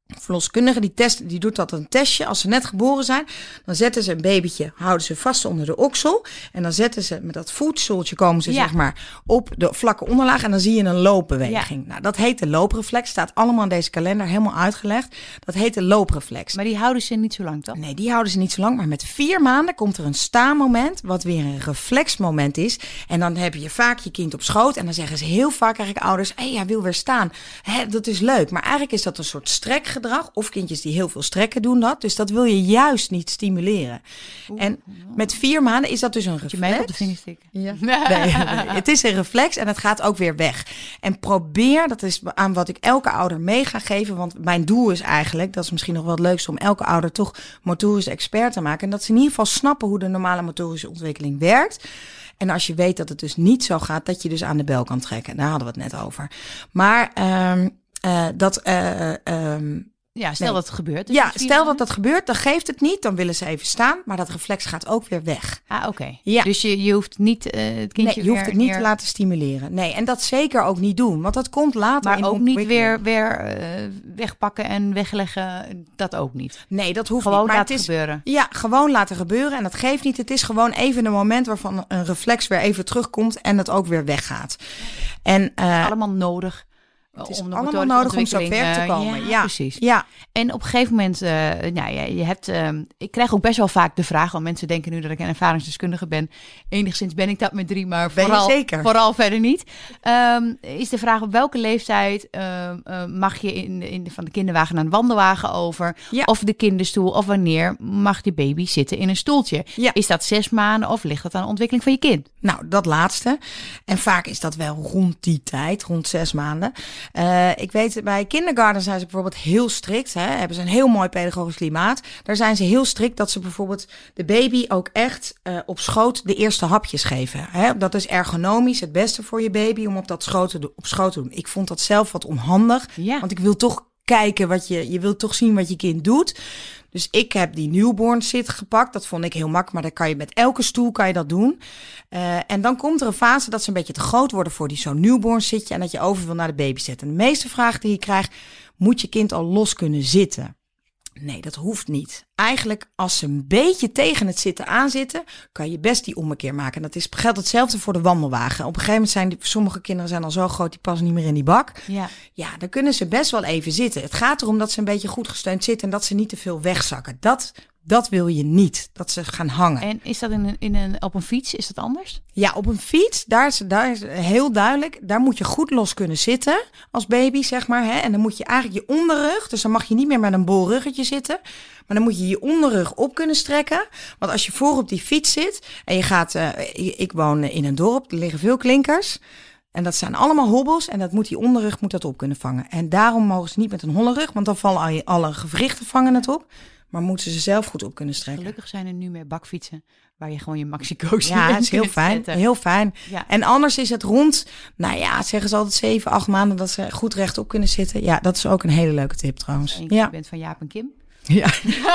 verloskundige die, test, die doet dat een testje. Als ze net geboren zijn, dan zetten ze een babytje, houden ze vast onder de oksel. En dan zetten ze met dat voetzooltje, komen ze ja. zeg maar op de vlakke onderlaag. En dan zie je een loopbeweging. Ja. Nou, dat heet de loopreflex. Staat allemaal in deze kalender helemaal uitgelegd. Dat heet de loopreflex. Maar die houden ze niet zo lang, toch? Nee, die houden ze niet zo lang. Maar met vier maanden komt er een staanmoment, wat weer een reflexmoment is. En dan heb je vaak je kind op schoot. En dan zeggen ze heel vaak eigenlijk ouders, hé, hey, hij wil weer staan. Hè, dat is leuk. Maar eigenlijk is dat een soort strek. Gedrag, of kindjes die heel veel strekken doen dat. Dus dat wil je juist niet stimuleren. Oeh. En met vier maanden is dat dus een reflex. Moet je mij op de vingers stikken? Ja. Nee, nee, het is een reflex en het gaat ook weer weg. En probeer, dat is aan wat ik elke ouder mee ga geven, want mijn doel is eigenlijk, dat is misschien nog wel het leukste, om elke ouder toch motorisch expert te maken. En dat ze in ieder geval snappen hoe de normale motorische ontwikkeling werkt. En als je weet dat het dus niet zo gaat, dat je dus aan de bel kan trekken. Daar hadden we het net over. Maar um, uh, dat... Uh, um, Ja, stel nee. dat het gebeurt. Dus ja, stel dat dat gebeurt, dan geeft het niet. Dan willen ze even staan, maar dat reflex gaat ook weer weg. Ah, oké. Okay. Ja. Dus je, je hoeft niet uh, het kindje Nee, je hoeft weer het niet neer... te laten stimuleren. Nee, en dat zeker ook niet doen, want dat komt later maar in ook niet weer, weer uh, wegpakken en wegleggen, dat ook niet. Nee, dat hoeft gewoon niet. Maar laten het is, gebeuren. Ja, gewoon laten gebeuren en dat geeft niet. Het is gewoon even een moment waarvan een reflex weer even terugkomt en het ook weer weggaat. En, uh, allemaal nodig. Het is om allemaal nodig om zo ver te komen. Uh, ja, ja, precies. Ja. En op een gegeven moment, uh, nou ja, je hebt, uh, ik krijg ook best wel vaak de vraag, want mensen denken nu dat ik een ervaringsdeskundige ben. Enigszins ben ik dat met drie, maar vooral, vooral verder niet. Um, is de vraag op welke leeftijd uh, uh, mag je in, in de, van de kinderwagen naar een wandelwagen over? Ja. Of de kinderstoel? Of wanneer mag die baby zitten in een stoeltje? Ja. Is dat zes maanden of ligt dat aan de ontwikkeling van je kind? Nou, dat laatste. En vaak is dat wel rond die tijd, rond zes maanden. Uh, ik weet, bij kindergarten zijn ze bijvoorbeeld heel strikt. Hè, hebben ze een heel mooi pedagogisch klimaat. Daar zijn ze heel strikt dat ze bijvoorbeeld de baby ook echt uh, op schoot de eerste hapjes geven. Hè. Dat is ergonomisch het beste voor je baby om op dat schoot te, op schoot te doen. Ik vond dat zelf wat onhandig, ja. want ik wil toch kijken wat je, je wilt toch zien wat je kind doet. Dus ik heb die newborn sit gepakt. Dat vond ik heel makkelijk, maar dan kan je met elke stoel kan je dat doen. Uh, en dan komt er een fase dat ze een beetje te groot worden voor die zo'n newborn sitje en dat je over wil naar de baby zetten. En de meeste vragen die je krijgt, moet je kind al los kunnen zitten? Nee, dat hoeft niet. Eigenlijk, als ze een beetje tegen het zitten aanzitten, kan je best die ommekeer maken. En dat is, geldt hetzelfde voor de wandelwagen. Op een gegeven moment zijn die, sommige kinderen zijn al zo groot, die passen niet meer in die bak. Ja. Ja, dan kunnen ze best wel even zitten. Het gaat erom dat ze een beetje goed gesteund zitten en dat ze niet te veel wegzakken. Dat, dat wil je niet, dat ze gaan hangen. En is dat in een, in een, op een fiets, is dat anders? Ja, op een fiets, daar is, daar is heel duidelijk, daar moet je goed los kunnen zitten als baby, zeg maar. Hè? En dan moet je eigenlijk je onderrug, dus dan mag je niet meer met een bol ruggetje zitten, maar dan moet je je onderrug op kunnen strekken. Want als je voor op die fiets zit en je gaat, uh, ik woon in een dorp, er liggen veel klinkers. En dat zijn allemaal hobbels en dat moet die onderrug moet dat op kunnen vangen. En daarom mogen ze niet met een holle rug, want dan vallen al je, alle gewrichten vangen het op. Maar moeten ze zelf goed op kunnen strekken. Gelukkig zijn er nu meer bakfietsen waar je gewoon je maxi-coach ja, het is heel fijn, zetten. heel fijn. Ja. En anders is het rond, nou ja, zeggen ze altijd zeven, acht maanden dat ze goed rechtop kunnen zitten. Ja, dat is ook een hele leuke tip trouwens. En je ja. bent van Jaap en Kim. Ja.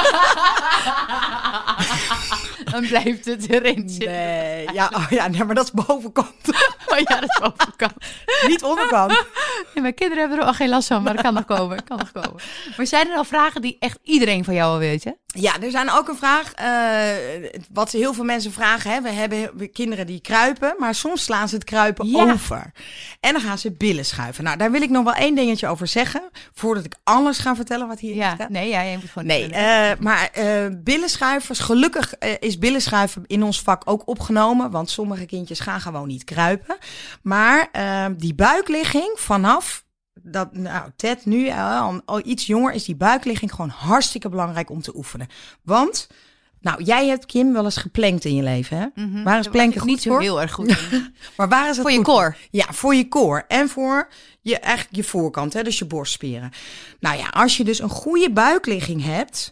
Dan blijft het erin zitten. Nee, ja, oh ja, nee, maar dat is bovenkant. Oh ja, dat is bovenkant. Niet onderkant. Nee, mijn kinderen hebben er al geen last van, maar dat kan nog komen. Kan nog komen. Maar zijn er al vragen die echt iedereen van jou al weet, hè? Ja, er zijn ook een vraag, uh, wat heel veel mensen vragen. Hè? We hebben kinderen die kruipen, maar soms slaan ze het kruipen ja. over. En dan gaan ze billen schuiven. Nou, daar wil ik nog wel één dingetje over zeggen, voordat ik alles ga vertellen wat hier ja, staat. Nee, ja, je moet gewoon Nee, uh, maar uh, billenschuivers, gelukkig uh, is billenschuiven in ons vak ook opgenomen, want sommige kindjes gaan gewoon niet kruipen. Maar uh, die buikligging vanaf... Dat, nou, Ted nu, uh, al iets jonger, is die buikligging gewoon hartstikke belangrijk om te oefenen. Want, nou, jij hebt, Kim, wel eens geplankt in je leven, hè? Mm-hmm. Waar is planken goed niet voor? Niet zo heel erg goed in. Maar waar is het voor je goed core? Ja, voor je core. En voor je, eigenlijk je voorkant, hè? Dus je borstspieren. Nou ja, als je dus een goede buikligging hebt,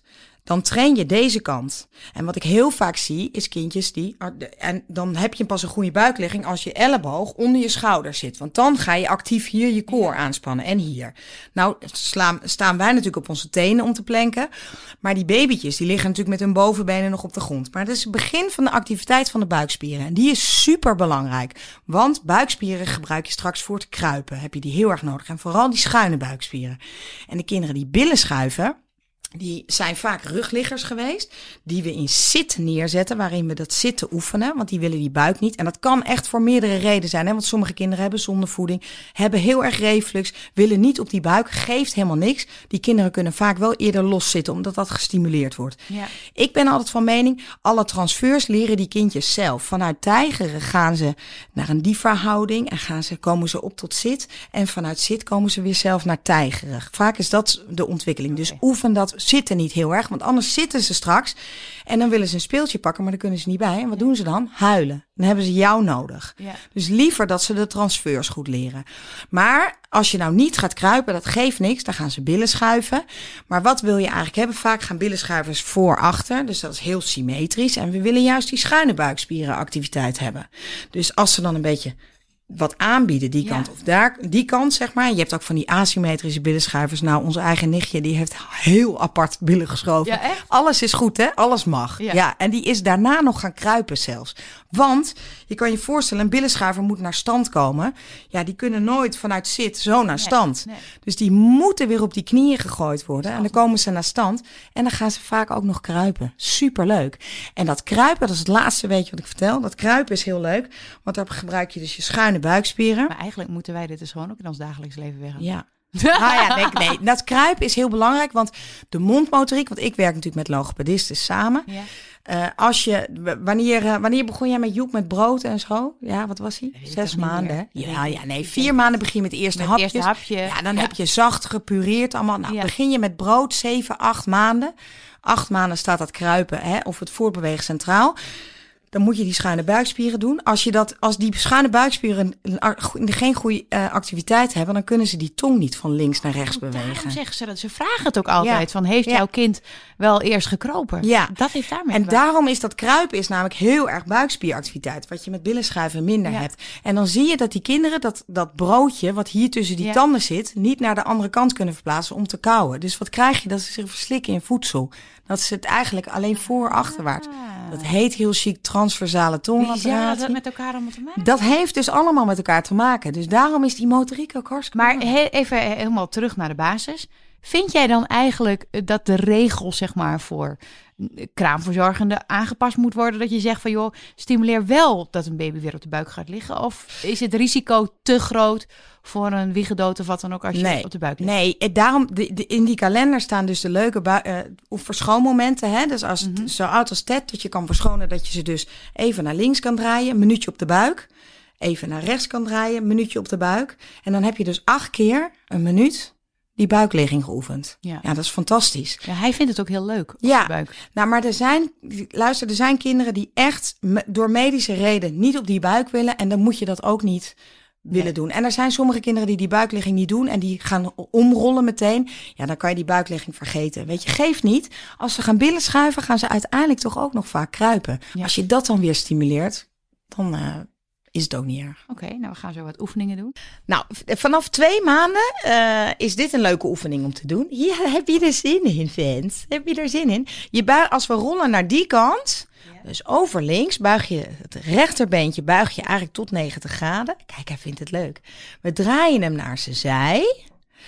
dan train je deze kant. En wat ik heel vaak zie, is kindjes die... En dan heb je pas een goede buikligging als je elleboog onder je schouder zit. Want dan ga je actief hier je core aanspannen en hier. Nou slaan, staan wij natuurlijk op onze tenen om te planken. Maar die babytjes, die liggen natuurlijk met hun bovenbenen nog op de grond. Maar het is het begin van de activiteit van de buikspieren. En die is super belangrijk. Want buikspieren gebruik je straks voor het kruipen. Heb je die heel erg nodig. En vooral die schuine buikspieren. En de kinderen die billen schuiven... Die zijn vaak rugliggers geweest, die we in zit neerzetten, waarin we dat zitten oefenen, want die willen die buik niet. En dat kan echt voor meerdere redenen zijn, hè? Want sommige kinderen hebben zondevoeding, hebben heel erg reflux, willen niet op die buik, geeft helemaal niks. Die kinderen kunnen vaak wel eerder los zitten, omdat dat gestimuleerd wordt. Ja. Ik ben altijd van mening, alle transfers leren die kindjes zelf. Vanuit tijgeren gaan ze naar een diva-houding en gaan ze, komen ze op tot zit. En vanuit zit komen ze weer zelf naar tijgeren. Vaak is dat de ontwikkeling. Dus okay. Oefen dat zitten niet heel erg, want anders zitten ze straks en dan willen ze een speeltje pakken, maar dan kunnen ze niet bij. En wat doen ze dan? Huilen. Dan hebben ze jou nodig. Ja. Dus liever dat ze de transfers goed leren. Maar als je nou niet gaat kruipen, dat geeft niks. Dan gaan ze billen schuiven. Maar wat wil je eigenlijk hebben? Vaak gaan billenschuivers voor-achter. Dus dat is heel symmetrisch. En we willen juist die schuine buikspierenactiviteit hebben. Dus als ze dan een beetje wat aanbieden, die kant ja. of daar, die kant, zeg maar. Je hebt ook van die asymmetrische billenschuivers. Nou, onze eigen nichtje, die heeft heel apart billen geschoven. Ja, echt? Alles is goed, hè? Alles mag. Ja. ja, en die is daarna nog gaan kruipen zelfs. Want, je kan je voorstellen, een billenschuiver moet naar stand komen. Ja, die kunnen nooit vanuit zit zo naar stand. Nee, nee. Dus die moeten weer op die knieën gegooid worden. En dan komen ze naar stand. En dan gaan ze vaak ook nog kruipen. Superleuk. En dat kruipen, dat is het laatste weetje wat ik vertel. Dat kruipen is heel leuk. Want daar gebruik je dus je schuine buikspieren. Maar eigenlijk moeten wij dit dus gewoon ook in ons dagelijks leven weg. Ja. Nou ja, nee, nee, dat kruipen is heel belangrijk, want de mondmotoriek, want ik werk natuurlijk met logopedisten samen. Ja. Uh, als je, wanneer, uh, wanneer begon jij met Joep met brood en zo? Ja, wat was hij? Zes maanden. Ja, ja, nee, vier maanden begin je met het eerste met hapjes. Eerste hapje. Ja, dan ja. heb je zacht gepureerd allemaal. Nou, ja. begin je met brood, zeven, acht maanden. Acht maanden staat dat kruipen, hè, of het voortbewegen centraal. Dan moet je die schuine buikspieren doen. Als je dat, als die schuine buikspieren geen goede uh, activiteit hebben, dan kunnen ze die tong niet van links naar rechts bewegen. Daarom zeggen ze dat. Ze vragen het ook altijd ja. van, heeft ja. jouw kind wel eerst gekropen? Ja. Dat heeft daarmee En daarom is dat kruipen is namelijk heel erg buikspieractiviteit, wat je met billenschuiven minder ja. hebt. En dan zie je dat die kinderen dat, dat broodje, wat hier tussen die ja. tanden zit, niet naar de andere kant kunnen verplaatsen om te kauwen. Dus wat krijg je? Dat ze zich verslikken in voedsel. Dat ze het eigenlijk alleen voor-achterwaarts. Ah. Dat heet heel chic transversale tongapparatie. Ja, dat met elkaar allemaal te maken. Dat heeft dus allemaal met elkaar te maken. Dus daarom is die motoriek ook hartstikke Maar he, even helemaal terug naar de basis. Vind jij dan eigenlijk dat de regel, zeg maar, voor kraamverzorgende aangepast moet worden? Dat je zegt van, joh, stimuleer wel dat een baby weer op de buik gaat liggen? Of is het risico te groot voor een wiegedood of wat dan ook als je nee, op de buik ligt? Nee, daarom, de, de, in die kalender staan dus de leuke bui- uh, verschoonmomenten. Hè? Dus als mm-hmm. zo oud als Ted, dat je kan verschonen, dat je ze dus even naar links kan draaien, een minuutje op de buik. Even naar rechts kan draaien, een minuutje op de buik. En dan heb je dus acht keer een minuut die buikligging geoefend. Ja. ja, dat is fantastisch. Ja, hij vindt het ook heel leuk op ja, de buik. Nou, maar er zijn, luister, er zijn kinderen die echt me, door medische reden niet op die buik willen. En dan moet je dat ook niet willen nee. doen. En er zijn sommige kinderen die die buikligging niet doen en die gaan omrollen meteen. Ja, dan kan je die buikligging vergeten. Weet je, geef niet. Als ze gaan billen schuiven, gaan ze uiteindelijk toch ook nog vaak kruipen. Ja. Als je dat dan weer stimuleert, dan Uh, is het ook niet erg. Oké, okay, nou we gaan zo wat oefeningen doen. Nou, vanaf twee maanden uh, is dit een leuke oefening om te doen. Ja, heb je er zin in, Vent? Heb je er zin in? Je buig, als we rollen naar die kant, ja. dus over links, buig je het rechterbeentje, buig je eigenlijk tot negentig graden. Kijk, hij vindt het leuk. We draaien hem naar zijn zij.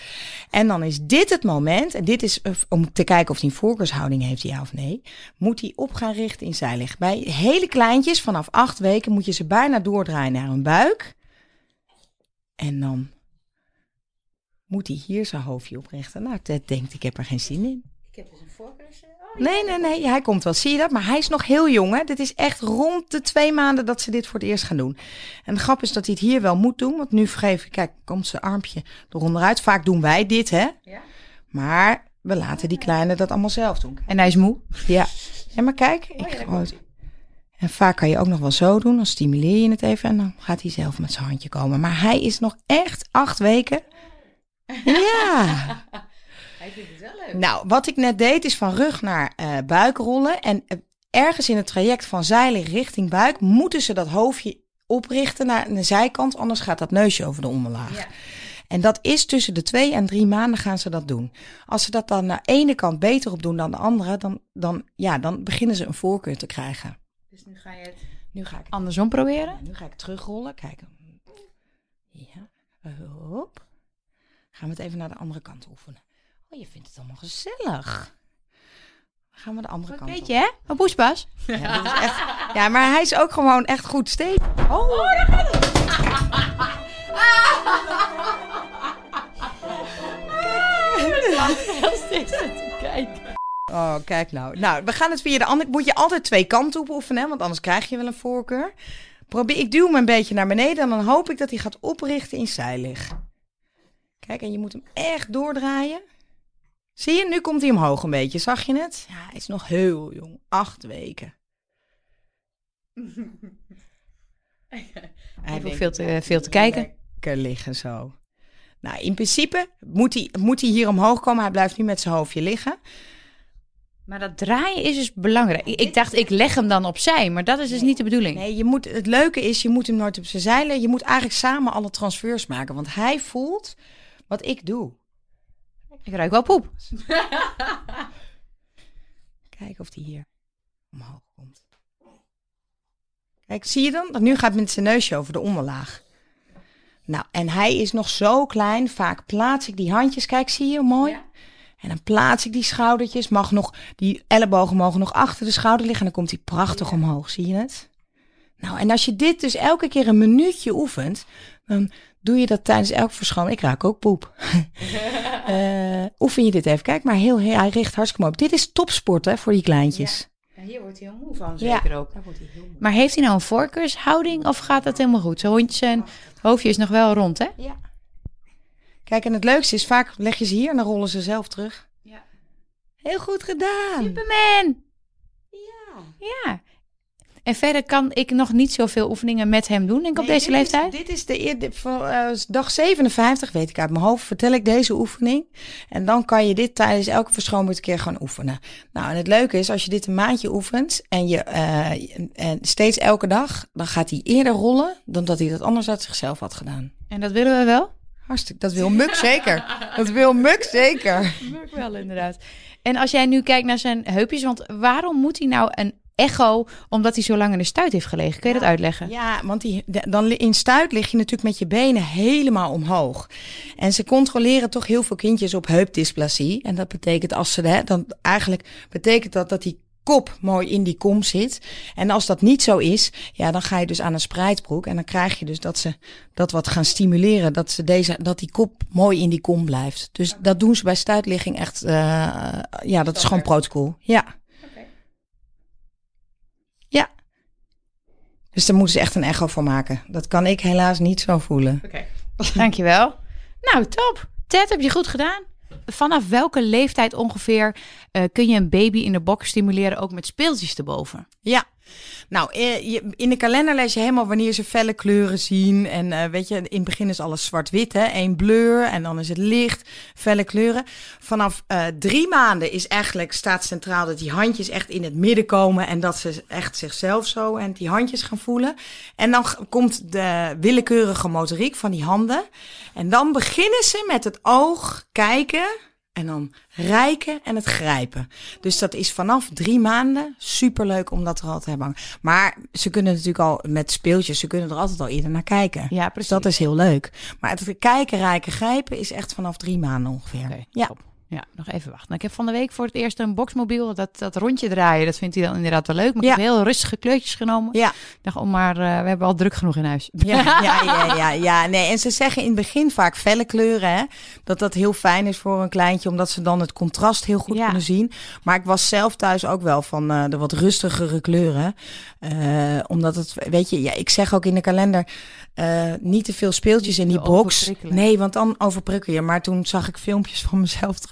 En dan is dit het moment, en dit is om te kijken of hij een voorkeurshouding heeft, ja of nee, moet hij op gaan richten in zijlicht. Bij hele kleintjes, vanaf acht weken, moet je ze bijna doordraaien naar hun buik. En dan moet hij hier zijn hoofdje oprichten. Nou, Ted denkt, ik heb er geen zin in. Ik heb dus een voorkeurs. Oh, nee, nee, nee, hij komt wel, zie je dat? Maar hij is nog heel jong, hè? Dit is echt rond de twee maanden dat ze dit voor het eerst gaan doen. En de grap is dat hij het hier wel moet doen, want nu vergeef ik, kijk, komt zijn armpje eronderuit. Vaak doen wij dit, hè? Ja. Maar we laten die kleine dat allemaal zelf doen. En hij is moe? Ja. Ja, maar kijk, ik oh, ja, en vaak kan je ook nog wel zo doen, dan stimuleer je het even en dan gaat hij zelf met zijn handje komen. Maar hij is nog echt acht weken. Ja. Hij vindt het wel leuk. Nou, wat ik net deed is van rug naar uh, buik rollen. En uh, ergens in het traject van zeilen richting buik moeten ze dat hoofdje oprichten naar de zijkant. Anders gaat dat neusje over de onderlaag. Ja. En dat is tussen de twee en drie maanden gaan ze dat doen. Als ze dat dan naar de ene kant beter op doen dan de andere, dan, dan, ja, dan beginnen ze een voorkeur te krijgen. Dus nu ga je het nu ga ik andersom proberen? Ja, nu ga ik terugrollen. Kijk. Ja. Hop. Gaan we het even naar de andere kant oefenen. Oh, je vindt het allemaal gezellig. Gaan we de andere kant op. Weet je, hè? Een poespas. Ja, dit is echt, ja, maar hij is ook gewoon echt goed stevig. Oh, oh daar gaat het. Kijk. Oh, kijk nou. Nou, we gaan het via de andere... Moet je altijd twee kanten op oefenen, want anders krijg je wel een voorkeur. Probeer, ik duw hem een beetje naar beneden en dan hoop ik dat hij gaat oprichten in zijlig. Kijk, en je moet hem echt doordraaien. Zie je, nu komt hij omhoog een beetje. Zag je het? Ja, hij is nog heel jong. Acht weken. Hij heeft veel te, veel te kijken. Lekker liggen zo. Nou, in principe moet hij, moet hij hier omhoog komen. Hij blijft nu met zijn hoofdje liggen. Maar dat draaien is dus belangrijk. Ik, ik dacht, ik leg hem dan opzij, maar dat is dus nee, niet de bedoeling. Nee, je moet, het leuke is, je moet hem nooit op zijn zeilen. Je moet eigenlijk samen alle transfers maken. Want hij voelt wat ik doe. Ik ruik wel poep. Kijken of hij hier omhoog komt. Kijk, zie je dan? Nu gaat het met zijn neusje over de onderlaag. Nou, en hij is nog zo klein. Vaak plaats ik die handjes. Kijk, zie je? Mooi. Ja. En dan plaats ik die schoudertjes. Mag nog, die ellebogen mogen nog achter de schouder liggen. En dan komt hij prachtig ja. omhoog. Zie je het? Nou, en als je dit dus elke keer een minuutje oefent, dan doe je dat tijdens elke verschoning. Ik raak ook poep. uh, oefen je dit even. Kijk maar, heel, heel, hij richt hartstikke mooi op. Dit is topsport, hè, voor die kleintjes. Ja. Ja, hier wordt hij heel moe van, zeker ja. ook. Daar wordt hij heel moe. Maar heeft hij nou een voorkeurshouding of gaat dat helemaal goed? Zijn hondje, zijn hoofdje is nog wel rond, hè? Ja. Kijk, en het leukste is, vaak leg je ze hier en dan rollen ze zelf terug. Ja. Heel goed gedaan. Superman! Ja. Ja. En verder kan ik nog niet zoveel oefeningen met hem doen, denk ik, nee, op deze dit leeftijd? Is, dit is de eer, van uh, dag zevenenvijftig, weet ik uit mijn hoofd, vertel ik deze oefening. En dan kan je dit tijdens elke verschoonbeurt een keer gaan oefenen. Nou, en het leuke is, als je dit een maandje oefent en je uh, en steeds elke dag, dan gaat hij eerder rollen dan dat hij dat anders uit zichzelf had gedaan. En dat willen we wel? Hartstikke, dat wil Muk zeker. Dat wil Muk zeker. Muk wel, inderdaad. En als jij nu kijkt naar zijn heupjes, want waarom moet hij nou een echo, omdat hij zo lang in de stuit heeft gelegen? Kun je ja, dat uitleggen? Ja, want die, dan in stuit lig je natuurlijk met je benen helemaal omhoog. En ze controleren toch heel veel kindjes op heupdysplasie. En dat betekent als ze, hè, dan eigenlijk betekent dat dat die kop mooi in die kom zit. En als dat niet zo is, ja, dan ga je dus aan een spreidbroek. En dan krijg je dus dat ze dat wat gaan stimuleren, dat ze deze, dat die kop mooi in die kom blijft. Dus okay. Dat doen ze bij stuitligging echt, uh, ja, dat is gewoon protocol. Ja. Okay. Ja. Dus daar moeten ze echt een echo van maken. Dat kan ik helaas niet zo voelen. Oké. Okay. Dankjewel. Nou, top. Ted, heb je goed gedaan. Vanaf welke leeftijd ongeveer uh, kun je een baby in de bok stimuleren, ook met speeltjes erboven? Ja, nou, in de kalender lees je helemaal wanneer ze felle kleuren zien. En uh, weet je, in het begin is alles zwart-wit, hè, één blur en dan is het licht, felle kleuren. Vanaf uh, drie maanden is eigenlijk, staat centraal dat die handjes echt in het midden komen en dat ze echt zichzelf zo en die handjes gaan voelen. En dan komt de willekeurige motoriek van die handen. En dan beginnen ze met het oog kijken en dan reiken en het grijpen. Dus dat is vanaf drie maanden superleuk om dat er al te hebben. Maar ze kunnen natuurlijk al met speeltjes, ze kunnen er altijd al eerder naar kijken. Ja, precies. Dus dat is heel leuk. Maar het kijken, reiken, grijpen is echt vanaf drie maanden ongeveer. Okay, ja. Top. Ja, nog even wachten. Nou, ik heb van de week voor het eerst een boxmobiel, dat, dat rondje draaien. Dat vindt hij dan inderdaad wel leuk. Maar ja. ik heb heel rustige kleurtjes genomen. Ja. Ik dacht, oh maar, uh, we hebben al druk genoeg in huis. Ja, ja, ja, ja, ja. Nee, en ze zeggen in het begin vaak felle kleuren, hè. Dat dat heel fijn is voor een kleintje, omdat ze dan het contrast heel goed ja. kunnen zien. Maar ik was zelf thuis ook wel van uh, de wat rustigere kleuren. Uh, omdat het, weet je, ja, ik zeg ook in de kalender, uh, niet te veel speeltjes niet in die box. Nee, want dan overprikkel je. Maar toen zag ik filmpjes van mezelf terug.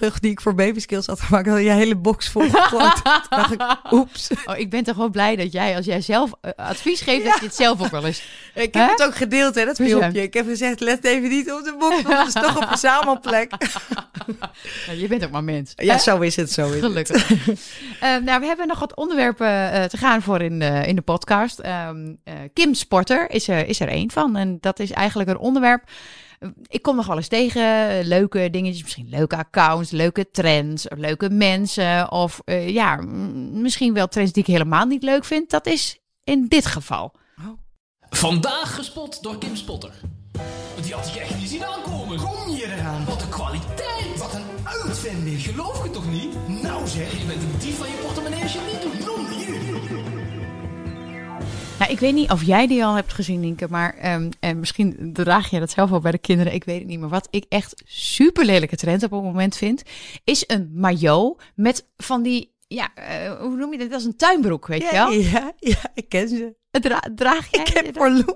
terug die ik voor babyskills had gemaakt. Had je een hele box vol gegooid. Toen dacht ik, oeps. Oh, ik ben toch wel blij dat jij, als jij zelf uh, advies geeft, ja. dat je het zelf ook wel eens... Ik heb Hè? het ook gedeeld, hè, dat filmpje. Ik heb gezegd, let even niet op de box, want het is toch een verzamelplek. Ja, je bent ook maar mens. Ja, Hè? zo is het, zo is Gelukkig. het. uh, nou, we hebben nog wat onderwerpen uh, te gaan voor in de, in de podcast. Um, uh, Kim Sporter is er, is er één van. En dat is eigenlijk een onderwerp... Ik kom nog wel eens tegen leuke dingetjes, misschien leuke accounts, leuke trends, leuke mensen of uh, ja, m- misschien wel trends die ik helemaal niet leuk vind. Dat is in dit geval. Vandaag gespot door Kim Spotter. Die had ik echt niet zien aankomen. Kom je eraan? Wat een kwaliteit. Wat een uitvinding. Geloof ik het toch niet? Nou zeg. Je bent een dief van je portemonnee als je het niet doet. Nou, ik weet niet of jij die al hebt gezien, Nienke, maar um, en misschien draag je dat zelf al bij de kinderen. Ik weet het niet, maar wat ik echt super lelijke trend op het moment vind, is een maillot met van die, ja, uh, hoe noem je dat? Dat is een tuinbroek, weet Ja, je wel? ja, ja, ik ken ze. Dra- draag jij? Ik heb voor Lou.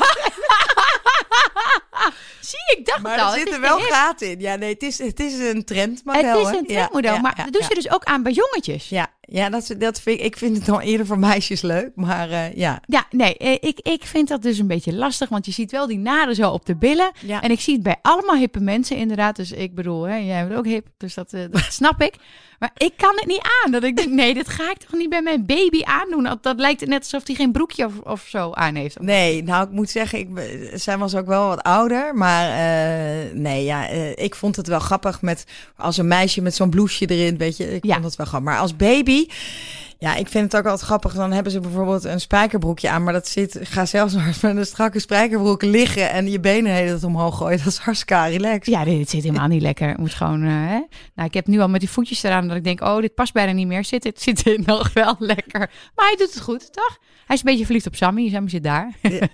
Zie je, ik dacht Maar het al. er Het zitten is wel echt- gaten in. Ja, nee, het is, het is een trendmodel. Het is hè? een trendmodel, Ja, ja, maar ja, dat doen ja. ze dus ook aan bij jongetjes. Ja, ja dat, dat vind ik, ik vind het dan eerder voor meisjes leuk, maar uh, ja. Ja, nee, eh, ik, ik vind dat dus een beetje lastig, want je ziet wel die naden zo op de billen. Ja. En ik zie het bij allemaal hippe mensen inderdaad. Dus ik bedoel, hè, jij bent ook hip, dus dat, uh, dat snap ik. Maar ik kan het niet aan. Dat ik denk, nee, dit ga ik toch niet bij mijn baby aandoen. Dat, dat lijkt net alsof hij geen broekje of, of zo aan heeft. Nee, nou ik moet zeggen, ik, ben- zij was ook wel wat ouder, maar uh, nee, ja, uh, ik vond het wel grappig met als een meisje met zo'n blouseje erin, weet je, ik Ja. vond het wel grappig. Maar als baby, ja, ik vind het ook altijd grappig, dan hebben ze bijvoorbeeld een spijkerbroekje aan, maar dat zit, ga zelfs nog eens met een strakke spijkerbroek liggen en je benen de hele tijd omhoog gooien, dat is hartstikke relaxed. Ja, dit zit helemaal niet lekker. Het moet gewoon, uh, hè. Nou, ik heb nu al met die voetjes eraan dat ik denk, oh, dit past bijna niet meer. Zit het zit dit nog wel lekker. Maar hij doet het goed, toch? Hij is een beetje verliefd op Sammy. Sammy zit daar. Ja.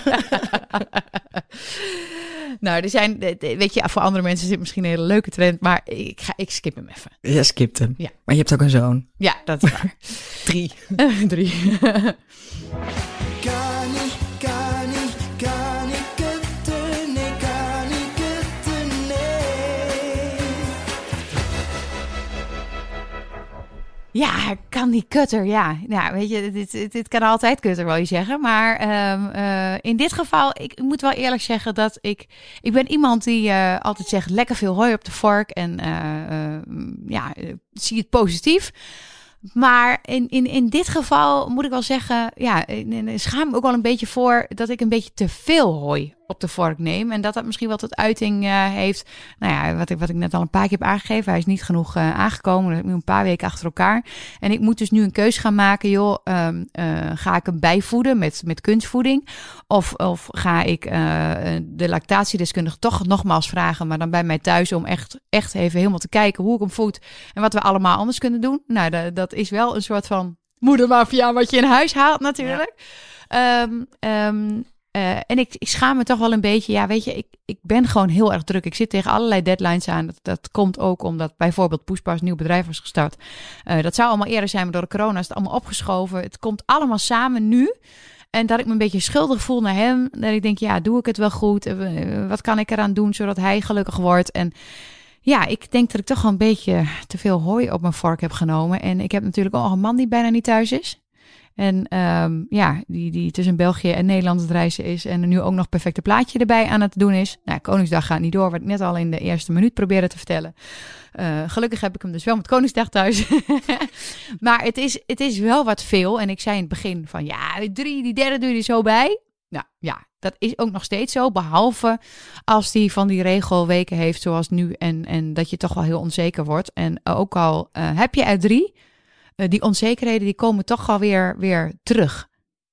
Nou, er zijn, weet je, voor andere mensen is dit misschien een hele leuke trend, maar ik, ga, ik skip hem even. Ja, skipt hem. Ja. Maar je hebt ook een zoon. Ja, dat is waar. Drie. Drie. Kan niet, kan niet, kan niet kutten, nee, kan niet kutten, nee. Ja, kan die kutter, ja. Nou, weet je, dit, dit, dit kan altijd kutter, wil je zeggen. Maar um, uh, in dit geval, ik moet wel eerlijk zeggen dat ik... Ik ben iemand die uh, altijd zegt, lekker veel hooi op de vork. En uh, uh, ja, uh, zie het positief. Maar in, in, in dit geval moet ik wel zeggen, ja, ik schaam me ook wel een beetje voor dat ik een beetje te veel hooi op de vork neem. En dat dat misschien wel tot uiting uh, heeft. Nou ja, wat ik, wat ik net al een paar keer heb aangegeven. Hij is niet genoeg uh, aangekomen. Dat heb ik nu een paar weken achter elkaar. En ik moet dus nu een keus gaan maken. Joh, um, uh, ga ik hem bijvoeden met, met kunstvoeding? Of, of ga ik uh, de lactatiedeskundige toch nogmaals vragen, maar dan bij mij thuis om echt, echt even helemaal te kijken hoe ik hem voed en wat we allemaal anders kunnen doen. Nou, de, dat is wel een soort van moedermafia wat je in huis haalt natuurlijk. Ja. Um, um, Uh, en ik, ik schaam me toch wel een beetje. Ja, weet je, ik, ik ben gewoon heel erg druk. Ik zit tegen allerlei deadlines aan. Dat, dat komt ook omdat bijvoorbeeld Poespas nieuw bedrijf was gestart. Uh, dat zou allemaal eerder zijn, maar door de corona is het allemaal opgeschoven. Het komt allemaal samen nu. En dat ik me een beetje schuldig voel naar hem. Dat ik denk, ja, doe ik het wel goed? Uh, wat kan ik eraan doen zodat hij gelukkig wordt? En ja, ik denk dat ik toch wel een beetje te veel hooi op mijn vork heb genomen. En ik heb natuurlijk ook een man die bijna niet thuis is. En um, ja, die, die tussen België en Nederland het reizen is. En er nu ook nog perfecte plaatje erbij aan het doen is. Nou, Koningsdag gaat niet door, wat ik net al in de eerste minuut probeerde te vertellen. Uh, gelukkig heb ik hem dus wel met Koningsdag thuis. Maar het is, het is wel wat veel. En ik zei in het begin van ja, die drie, die derde doe je er zo bij. Nou ja, dat is ook nog steeds zo. Behalve als die van die regelweken heeft zoals nu. En, en dat je toch wel heel onzeker wordt. En ook al uh, heb je er drie... Uh, die onzekerheden die komen toch alweer weer terug.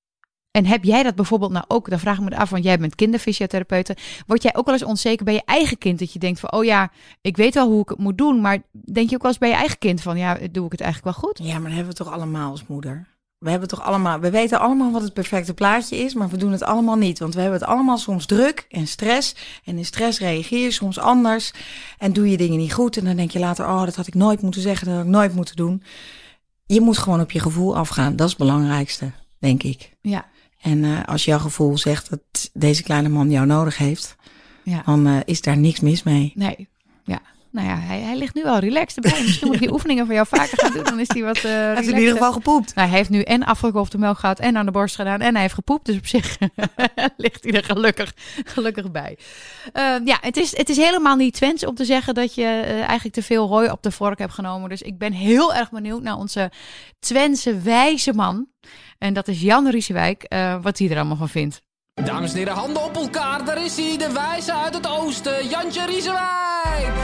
En heb jij dat bijvoorbeeld nou ook? Dan vraag ik me af, want jij bent kinderfysiotherapeute. Word jij ook wel eens onzeker bij je eigen kind? Dat je denkt van, oh ja, ik weet wel hoe ik het moet doen. Maar denk je ook wel eens bij je eigen kind van, ja, doe ik het eigenlijk wel goed? Ja, maar dat hebben we toch allemaal als moeder. We hebben toch allemaal, we weten allemaal wat het perfecte plaatje is, maar we doen het allemaal niet. Want we hebben het allemaal soms druk en stress. En in stress reageer je soms anders. En doe je dingen niet goed. En dan denk je later, oh, dat had ik nooit moeten zeggen, dat had ik nooit moeten doen. Je moet gewoon op je gevoel afgaan. Dat is het belangrijkste, denk ik. Ja. En uh, als jouw gevoel zegt dat deze kleine man jou nodig heeft, ja. dan uh, is daar niks mis mee. Nee, ja. Nou ja, hij, hij ligt nu wel relaxed erbij. Misschien moet ik die oefeningen van jou vaker gaan doen. Dan is hij wat uh, Hij heeft in ieder geval gepoept. Nou, hij heeft nu en afgekolfde melk gehad en aan de borst gedaan. En hij heeft gepoept. Dus op zich ligt hij er gelukkig, gelukkig bij. Uh, ja, het is, het is helemaal niet Twents om te zeggen dat je uh, eigenlijk te veel hooi op de vork hebt genomen. Dus ik ben heel erg benieuwd naar onze Twentse wijze man. En dat is Jan Riesewijk, uh, wat hij er allemaal van vindt. Dames en heren, handen op elkaar. Daar is hij, de wijze uit het oosten. Jantje Riesewijk.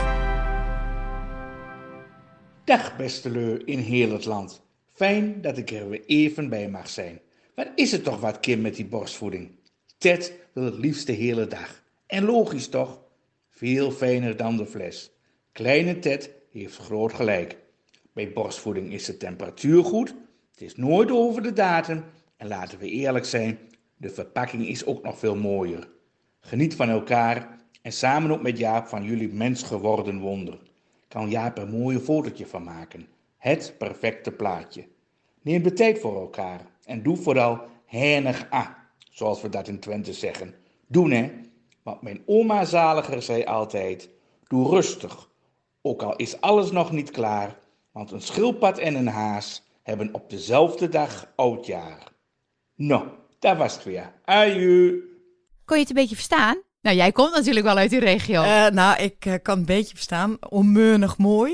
Dag beste leu in heel het land. Fijn dat ik er weer even bij mag zijn. Wat is het toch wat Kim met die borstvoeding? Ted wil het liefst de hele dag. En logisch toch? Veel fijner dan de fles. Kleine Ted heeft groot gelijk. Bij borstvoeding is de temperatuur goed. Het is nooit over de datum. En laten we eerlijk zijn, de verpakking is ook nog veel mooier. Geniet van elkaar en samen ook met Jaap van jullie mens geworden wonder. Kan Jaap er een mooie fotootje van maken. Het perfecte plaatje. Neem de tijd voor elkaar en doe vooral heinig aan, zoals we dat in Twente zeggen. Doen hè, want mijn oma Zaliger zei altijd, doe rustig, ook al is alles nog niet klaar, want een schildpad en een haas hebben op dezelfde dag oudjaar. Nou, daar was het weer. Aju. Kon je het een beetje verstaan? Nou, jij komt natuurlijk wel uit die regio. Uh, nou, ik uh, kan het een beetje verstaan. Onmeunig mooi.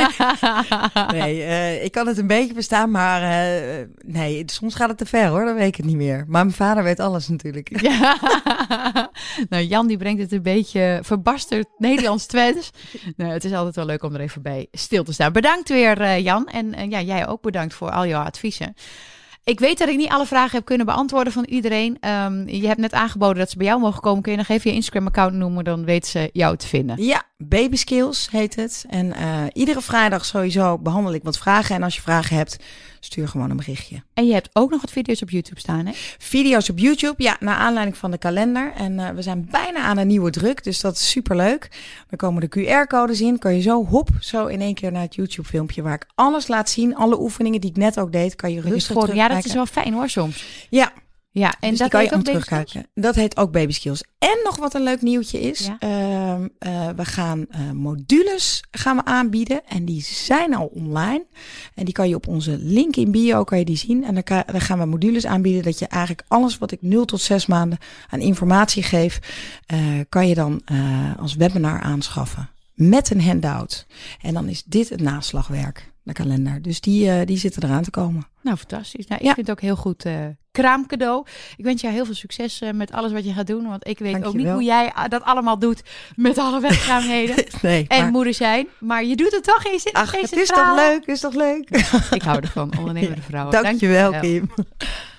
nee, uh, ik kan het een beetje verstaan, maar uh, nee, soms gaat het te ver hoor, dan weet ik het niet meer. Maar mijn vader weet alles natuurlijk. Ja. Nou, Jan die brengt het een beetje verbasterd Nederlands-Twents. Nou, het is altijd wel leuk om er even bij stil te staan. Bedankt weer uh, Jan en uh, ja, jij ook bedankt voor al jouw adviezen. Ik weet dat ik niet alle vragen heb kunnen beantwoorden van iedereen. Um, je hebt net aangeboden dat ze bij jou mogen komen. Kun je nog even je Instagram-account noemen, dan weten ze jou te vinden. Ja, Baby Skills heet het. En uh, iedere vrijdag sowieso behandel ik wat vragen. En als je vragen hebt, stuur gewoon een berichtje. En je hebt ook nog wat video's op YouTube staan, hè? Video's op YouTube, ja, naar aanleiding van de kalender. En uh, we zijn bijna aan een nieuwe druk, dus dat is superleuk. Er komen de Q R-codes in. Kan je zo, hop, zo in één keer naar het YouTube-filmpje waar ik alles laat zien. Alle oefeningen die ik net ook deed, kan je rustig terugkijken. Ja, dat is wel fijn hoor, soms. Ja. Ja, en dus dat kan je ook terugkijken. Dat heet ook Baby Skills. En nog wat een leuk nieuwtje is. Ja. Uh, uh, we gaan uh, modules gaan we aanbieden. En die zijn al online. En die kan je op onze link in bio kan je die zien. En dan, kan, dan gaan we modules aanbieden. Dat je eigenlijk alles wat ik nul tot zes maanden aan informatie geef. Uh, kan je dan uh, als webinar aanschaffen. Met een handout. En dan is dit het naslagwerk. De kalender. Dus die, uh, die zitten eraan te komen. Nou, fantastisch. Nou, ik ja. vind het ook heel goed uh, kraamcadeau. Ik wens jou heel veel succes uh, met alles wat je gaat doen. Want ik weet Dank ook niet wel. hoe jij dat allemaal doet met alle werkzaamheden. nee, en maar... moeder zijn. Maar je doet het toch en je zit Ach, het is toch leuk, is toch leuk? Ik hou ervan, ondernemende vrouwen. Dank je wel, Kim.